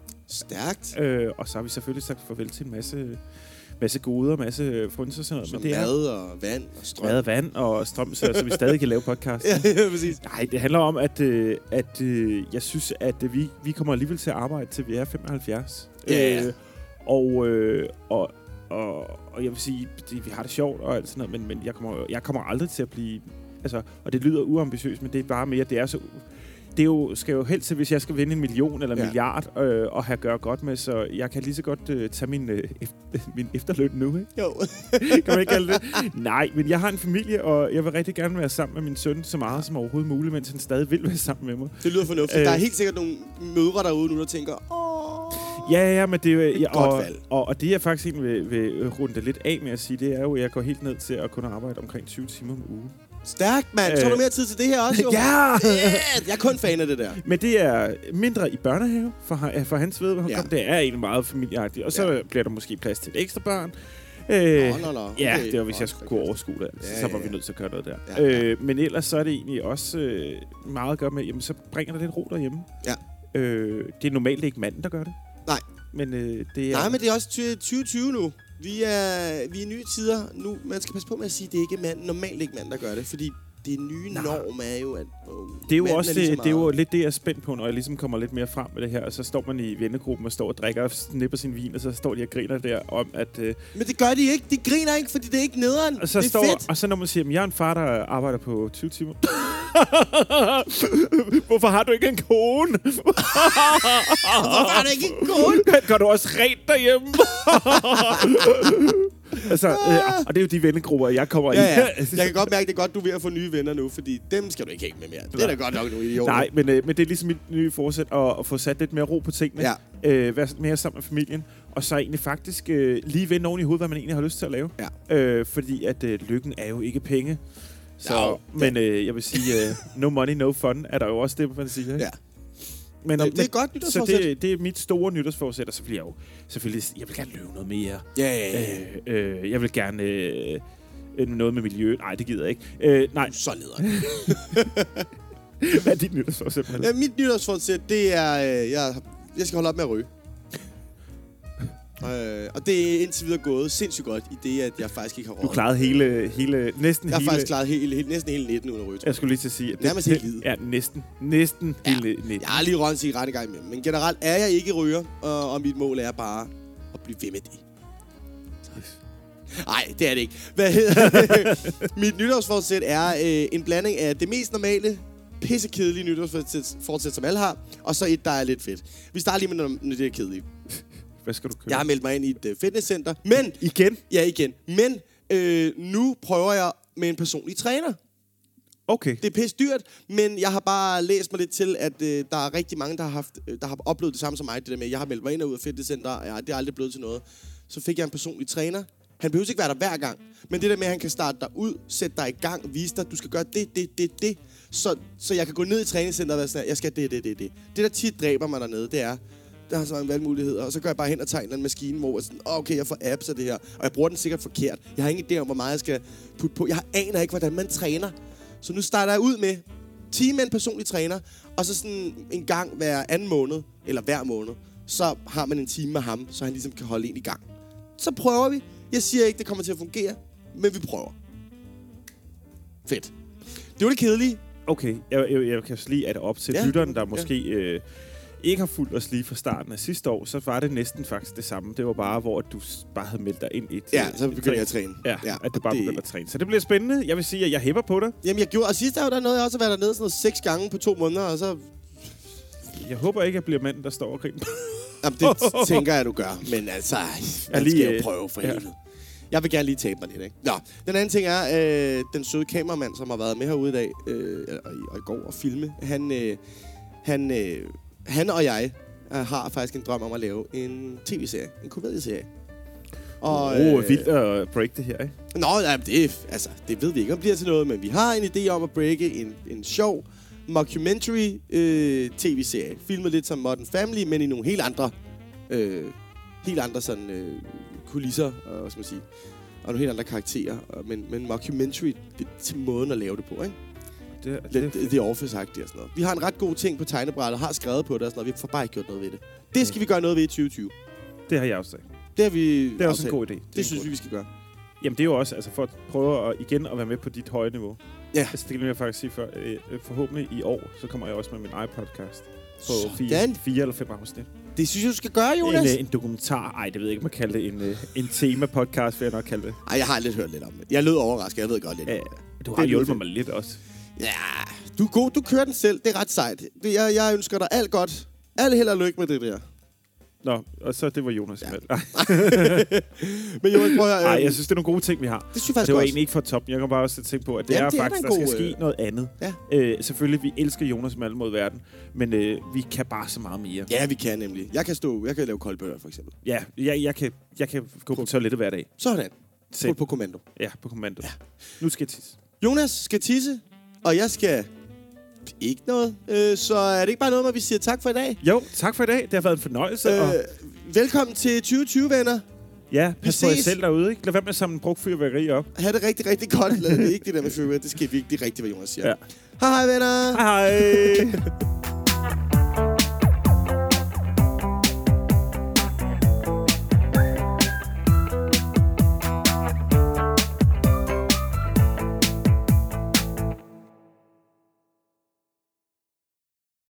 Speaker 3: Stærkt.
Speaker 2: Øh, og så har vi selvfølgelig sagt farvel til en masse, masse goder, masse frynser og sådan noget.
Speaker 3: Som
Speaker 2: men det
Speaker 3: mad
Speaker 2: er
Speaker 3: og vand og strøm.
Speaker 2: mad og vand og strøm, så, så vi stadig kan lave podcast.
Speaker 3: Ja, ja, præcis.
Speaker 2: Nej, det handler om, at, øh, at øh, jeg synes, at øh, vi, vi kommer alligevel til at arbejde, til vi er femoghalvfjerds.
Speaker 3: Ja.
Speaker 2: Øh, og, øh, og, og, og jeg vil sige, det, vi har det sjovt og alt sådan noget, men, men jeg, kommer, jeg kommer aldrig til at blive... Altså, og det lyder uambitiøst, men det er bare mere, det er så... Det er jo, skal jo helst til, hvis jeg skal vinde en million eller en
Speaker 3: Ja.
Speaker 2: milliard øh, og have gøre godt med, så jeg kan lige så godt øh, tage min, øh, efter, min efterløn nu, ikke?
Speaker 3: Jo.
Speaker 2: Kan man ikke kalde det? Nej, men jeg har en familie, og jeg vil rigtig gerne være sammen med min søn så meget som overhovedet muligt, mens han stadig vil være sammen med mig.
Speaker 3: Det lyder fornuftigt.
Speaker 2: Øh.
Speaker 3: Der er helt sikkert nogle mødre derude nu, der tænker, åh...
Speaker 2: Ja, ja, men det er jo...
Speaker 3: Et
Speaker 2: ja,
Speaker 3: godt
Speaker 2: og,
Speaker 3: valg.
Speaker 2: og, og det jeg faktisk egentlig vil, vil runde lidt af med at sige, det er jo, at jeg går helt ned til at kunne arbejde omkring tyve timer om ugen.
Speaker 3: Stærkt, mand. Så har
Speaker 2: Øh.
Speaker 3: du mere tid til det her også, jo?
Speaker 2: Ja!
Speaker 3: Yeah! Jeg er kun fan af det der.
Speaker 2: Men det er mindre i børnehave for, ha- for hans vedkommende.
Speaker 3: Ja.
Speaker 2: Det er egentlig meget familieagtigt. Og så
Speaker 3: Ja.
Speaker 2: bliver der måske plads til et ekstra børn. Øh,
Speaker 3: Nå, nå, nå.
Speaker 2: Ja,
Speaker 3: Okay.
Speaker 2: det var, hvis
Speaker 3: Nå,
Speaker 2: jeg skulle
Speaker 3: okay.
Speaker 2: kunne overskue det.
Speaker 3: Ja,
Speaker 2: Så var
Speaker 3: ja,
Speaker 2: vi
Speaker 3: ja.
Speaker 2: nødt til at gøre noget der.
Speaker 3: Ja, ja.
Speaker 2: Øh, men ellers så er det egentlig også øh, meget godt med, jamen så bringer der lidt ro derhjemme.
Speaker 3: Ja.
Speaker 2: Øh, det er normalt ikke manden, der gør det.
Speaker 3: Nej.
Speaker 2: Men øh, det er...
Speaker 3: Nej, men det er også tyve tyve nu. Vi er, vi er i nye tider nu. Man skal passe på med at sige, at det ikke er mand. Normalt ikke mand, der gør det, fordi det nye
Speaker 2: Nej.
Speaker 3: norm er jo, at oh,
Speaker 2: Det er jo
Speaker 3: manden
Speaker 2: også
Speaker 3: lige så
Speaker 2: det, det er jo
Speaker 3: meget-
Speaker 2: lidt det, jeg er spændt på, når jeg ligesom kommer lidt mere frem med det her. Og så står man i vennegruppen og står og drikker og snipper sin vin, og så står de og griner der om, at... Øh,
Speaker 3: Men det gør de ikke. De griner ikke, fordi det er ikke nederen.
Speaker 2: og, så
Speaker 3: det er
Speaker 2: står,
Speaker 3: fedt.
Speaker 2: og så når man siger, at jeg er en far, der arbejder på tyve timer. Hvorfor har du ikke en kone?
Speaker 3: Hvorfor er det ikke en kone?
Speaker 2: Gør du også rent derhjemme? altså, øh, og det er jo de vennegrupper, jeg kommer
Speaker 3: Ja, ja.
Speaker 2: i.
Speaker 3: Jeg kan godt mærke, det er godt, du er ved at få nye venner nu, fordi dem skal du ikke hænge med mere. Det er da godt nok nogle idioter.
Speaker 2: Nej, men, øh, men det er ligesom mit nye forsæt at, at få sat lidt mere ro på tingene.
Speaker 3: Ja.
Speaker 2: Øh, være mere sammen med familien. Og så egentlig faktisk øh, lige vende oven i hovedet, hvad man egentlig har lyst til at lave.
Speaker 3: Ja.
Speaker 2: Øh, fordi at øh, lykken er jo ikke penge. Så,
Speaker 3: Jo,
Speaker 2: men øh, jeg vil sige, øh, no money, no fun, er der jo også det, man siger. Ikke?
Speaker 3: Ja.
Speaker 2: Men,
Speaker 3: Det er godt
Speaker 2: Så
Speaker 3: nytårsforsæt.
Speaker 2: det, det er mit store nytårsforsæt, og så bliver jeg jo selvfølgelig, jeg vil gerne løbe noget mere.
Speaker 3: Ja, ja, ja.
Speaker 2: Øh, øh, jeg vil gerne øh, øh, noget med miljø. Nej, det gider jeg ikke. Øh, nej,
Speaker 3: Så leder
Speaker 2: hvad er dit nytårsforsæt? Malle?
Speaker 3: ja, mit nytårsforsæt, det er, øh, jeg, jeg skal holde op med at ryge. øh, og det er indtil videre gået sindssygt godt, i det, at jeg faktisk ikke har
Speaker 2: Du
Speaker 3: røget.
Speaker 2: klarede hele, hele, næsten
Speaker 3: Jeg har
Speaker 2: hele...
Speaker 3: faktisk klaret hele, hele, næsten hele nitten uden at ryge.
Speaker 2: Jeg skulle lige til at sige... At
Speaker 3: Nærmest helt livet.
Speaker 2: Ja, næsten. Næsten
Speaker 3: Ja.
Speaker 2: hele nitten.
Speaker 3: Jeg har lige røget en cigaret i gang med, men generelt er jeg ikke ryger, og, og mit mål er bare at blive ved med det. Nej, det er det ikke. Hvad hedder det? Mit nytårsforsæt er øh, en blanding af det mest normale, pissekedelige nytårsforsæt, som alle har, og så et, der er lidt fedt. Vi starter lige med, med det kedelige.
Speaker 2: Hvad skal du købe?
Speaker 3: Jeg har meldt mig ind i et uh, fitnesscenter. Men...
Speaker 2: Igen?
Speaker 3: Ja, igen. Men øh, nu prøver jeg med en personlig træner.
Speaker 2: Okay.
Speaker 3: Det er pisse dyrt, men jeg har bare læst mig lidt til, at øh, der er rigtig mange, der har, haft, øh, der har oplevet det samme som mig. Det der med, jeg har meldt mig ind og ud af fitnesscenter, og ja, det er aldrig blevet til noget. Så fik jeg en personlig træner. Han behøver ikke være der hver gang. Men det der med, at han kan starte dig ud, sætte dig i gang, vise dig, at du skal gøre det, det, det, det. Så, så jeg kan gå ned i træningscenteret og være sådan, jeg skal det, det, det, det. Det, der tit dræber mig dernede, det er, der har så mange valgmuligheder, og så går jeg bare hen og tager en eller anden maskine, hvor jeg sådan, okay, jeg får apps af det her, og jeg bruger den sikkert forkert. Jeg har ingen idé om, hvor meget jeg skal putte på. Jeg aner ikke, hvordan man træner. Så nu starter jeg ud med ti med en personlig træner, og så sådan en gang hver anden måned, eller hver måned, så har man en time med ham, så han ligesom kan holde en i gang. Så prøver vi. Jeg siger ikke, det kommer til at fungere, men vi prøver. Fedt. Det var det kedelige.
Speaker 2: Okay, jeg, jeg, jeg kan lige at op til
Speaker 3: Ja,
Speaker 2: lytteren, der
Speaker 3: ja.
Speaker 2: måske øh, ikke har fulgt os lige fra starten af sidste år, så var det næsten faktisk det samme. Det var bare, hvor du s- bare havde meldt dig ind i et...
Speaker 3: Ja, så
Speaker 2: et
Speaker 3: begynder
Speaker 2: træ-
Speaker 3: jeg at træne.
Speaker 2: Ja,
Speaker 3: Ja,
Speaker 2: at du bare
Speaker 3: det-
Speaker 2: begynder at træne. Så det bliver spændende. Jeg vil sige, at jeg hæpper på dig.
Speaker 3: Jamen, jeg gjorde, og sidste år, der nåede jeg også at være dernede sådan noget seks gange på to måneder, og så...
Speaker 2: Jeg håber ikke, at jeg bliver manden, der står og griner.
Speaker 3: Jamen, det tænker jeg, du gør. Men altså, man
Speaker 2: lige,
Speaker 3: skal jo
Speaker 2: øh,
Speaker 3: prøve for
Speaker 2: ja.
Speaker 3: helvede. Jeg vil gerne lige tabe mig lidt, ikke? Nå, den anden ting er, øh, den søde kameramand, som har været med herude i dag, øh, og, i, og i går og filme, han, øh, han, øh, han og jeg øh, har faktisk en drøm om at lave en tv-serie, en komedieserie.
Speaker 2: Åh, oh, vildt at break det her, ikke?
Speaker 3: Nå, ja, det, altså, det ved vi ikke, om det bliver til noget, men vi har en idé om at breake en, en sjov mockumentary øh, tv-serie. Filmet lidt som Modern Family, men i nogle helt andre, øh, helt andre sådan, øh, kulisser, og, hvad skal man sige, og nogle helt andre karakterer. Og, men, men mockumentary, det er til måden at lave det på, ikke?
Speaker 2: Det,
Speaker 3: Lidt
Speaker 2: det,
Speaker 3: The Office-agtigt og sådan noget. Vi har en ret god ting på tegnebrættet, har skrevet på det og sådan noget. Vi får bare ikke gjort noget ved det. Det skal vi gøre noget ved i tyve tyve.
Speaker 2: det har jeg også sagt.
Speaker 3: Det har vi
Speaker 2: Det er også
Speaker 3: aftalt.
Speaker 2: en god idé.
Speaker 3: Det,
Speaker 2: er
Speaker 3: det
Speaker 2: en
Speaker 3: synes
Speaker 2: god
Speaker 3: vi, vi skal gøre.
Speaker 2: Jamen, det er jo også altså for at prøve at, igen at være med på dit høje niveau.
Speaker 3: Ja.
Speaker 2: Altså, det kan jeg faktisk sige før. Øh, forhåbentlig i år, så kommer jeg også med min egen podcast på fire,
Speaker 3: Sådan.
Speaker 2: fire eller fem afsnit.
Speaker 3: Det synes jeg, du skal gøre,
Speaker 2: En,
Speaker 3: Jonas.
Speaker 2: øh, en dokumentar. Ej, det ved jeg ikke, om man kalder det. En, øh, en tema-podcast, vil jeg nok kalde det.
Speaker 3: Ej, jeg har lidt hørt lidt om det. Jeg lød overrasket, jeg ved godt lidt.
Speaker 2: Ja,
Speaker 3: om det.
Speaker 2: du har
Speaker 3: Det er
Speaker 2: hjulpet
Speaker 3: fedt.
Speaker 2: mig lidt også.
Speaker 3: Ja, du er god. Du kører den selv. Det er ret sejt. Det, jeg, jeg ønsker dig alt godt. Alt held og lykke med det der.
Speaker 2: Nå, og så det var Jonas
Speaker 3: Ja.
Speaker 2: ja.
Speaker 3: Men Jonas, prøv at...
Speaker 2: Nej, jeg synes, det er nogle gode ting, vi har.
Speaker 3: det synes jeg
Speaker 2: Det
Speaker 3: faktisk
Speaker 2: var
Speaker 3: også.
Speaker 2: egentlig ikke for toppen. Jeg kan bare også tænke på, at det
Speaker 3: Jamen,
Speaker 2: er
Speaker 3: det er
Speaker 2: faktisk,
Speaker 3: da
Speaker 2: der
Speaker 3: en
Speaker 2: skal
Speaker 3: god,
Speaker 2: ske noget andet.
Speaker 3: Ja.
Speaker 2: Øh, selvfølgelig, vi elsker Jonas med alle mod verden, men øh, vi kan bare så meget mere.
Speaker 3: Ja, vi kan nemlig. Jeg kan stå... Jeg kan lave koldbøtter, for eksempel.
Speaker 2: Ja, jeg, jeg, kan, jeg kan gå på toilettet hver dag.
Speaker 3: Sådan.
Speaker 2: Selv.
Speaker 3: På, på kommando.
Speaker 2: Ja, på kommando.
Speaker 3: Ja.
Speaker 2: Nu skal jeg tisse.
Speaker 3: Jonas skal tisse, og jeg skal... Ikke noget. Øh, så er det ikke bare noget med, at vi siger tak for i dag?
Speaker 2: Jo, tak for i dag. Det har været en fornøjelse.
Speaker 3: Øh,
Speaker 2: og
Speaker 3: velkommen til tyve tyve, venner.
Speaker 2: ja, pas på jer
Speaker 3: ses.
Speaker 2: selv derude. Ikke? Lad være med at samle brugt fyrværkeri op.
Speaker 3: Ha' det rigtig, rigtig godt. Lad det ikke det der med fyrværkeri. Det skal virkelig rigtigt, hvad Jonas siger.
Speaker 2: Ja.
Speaker 3: Hej hej, venner.
Speaker 2: Hej hej.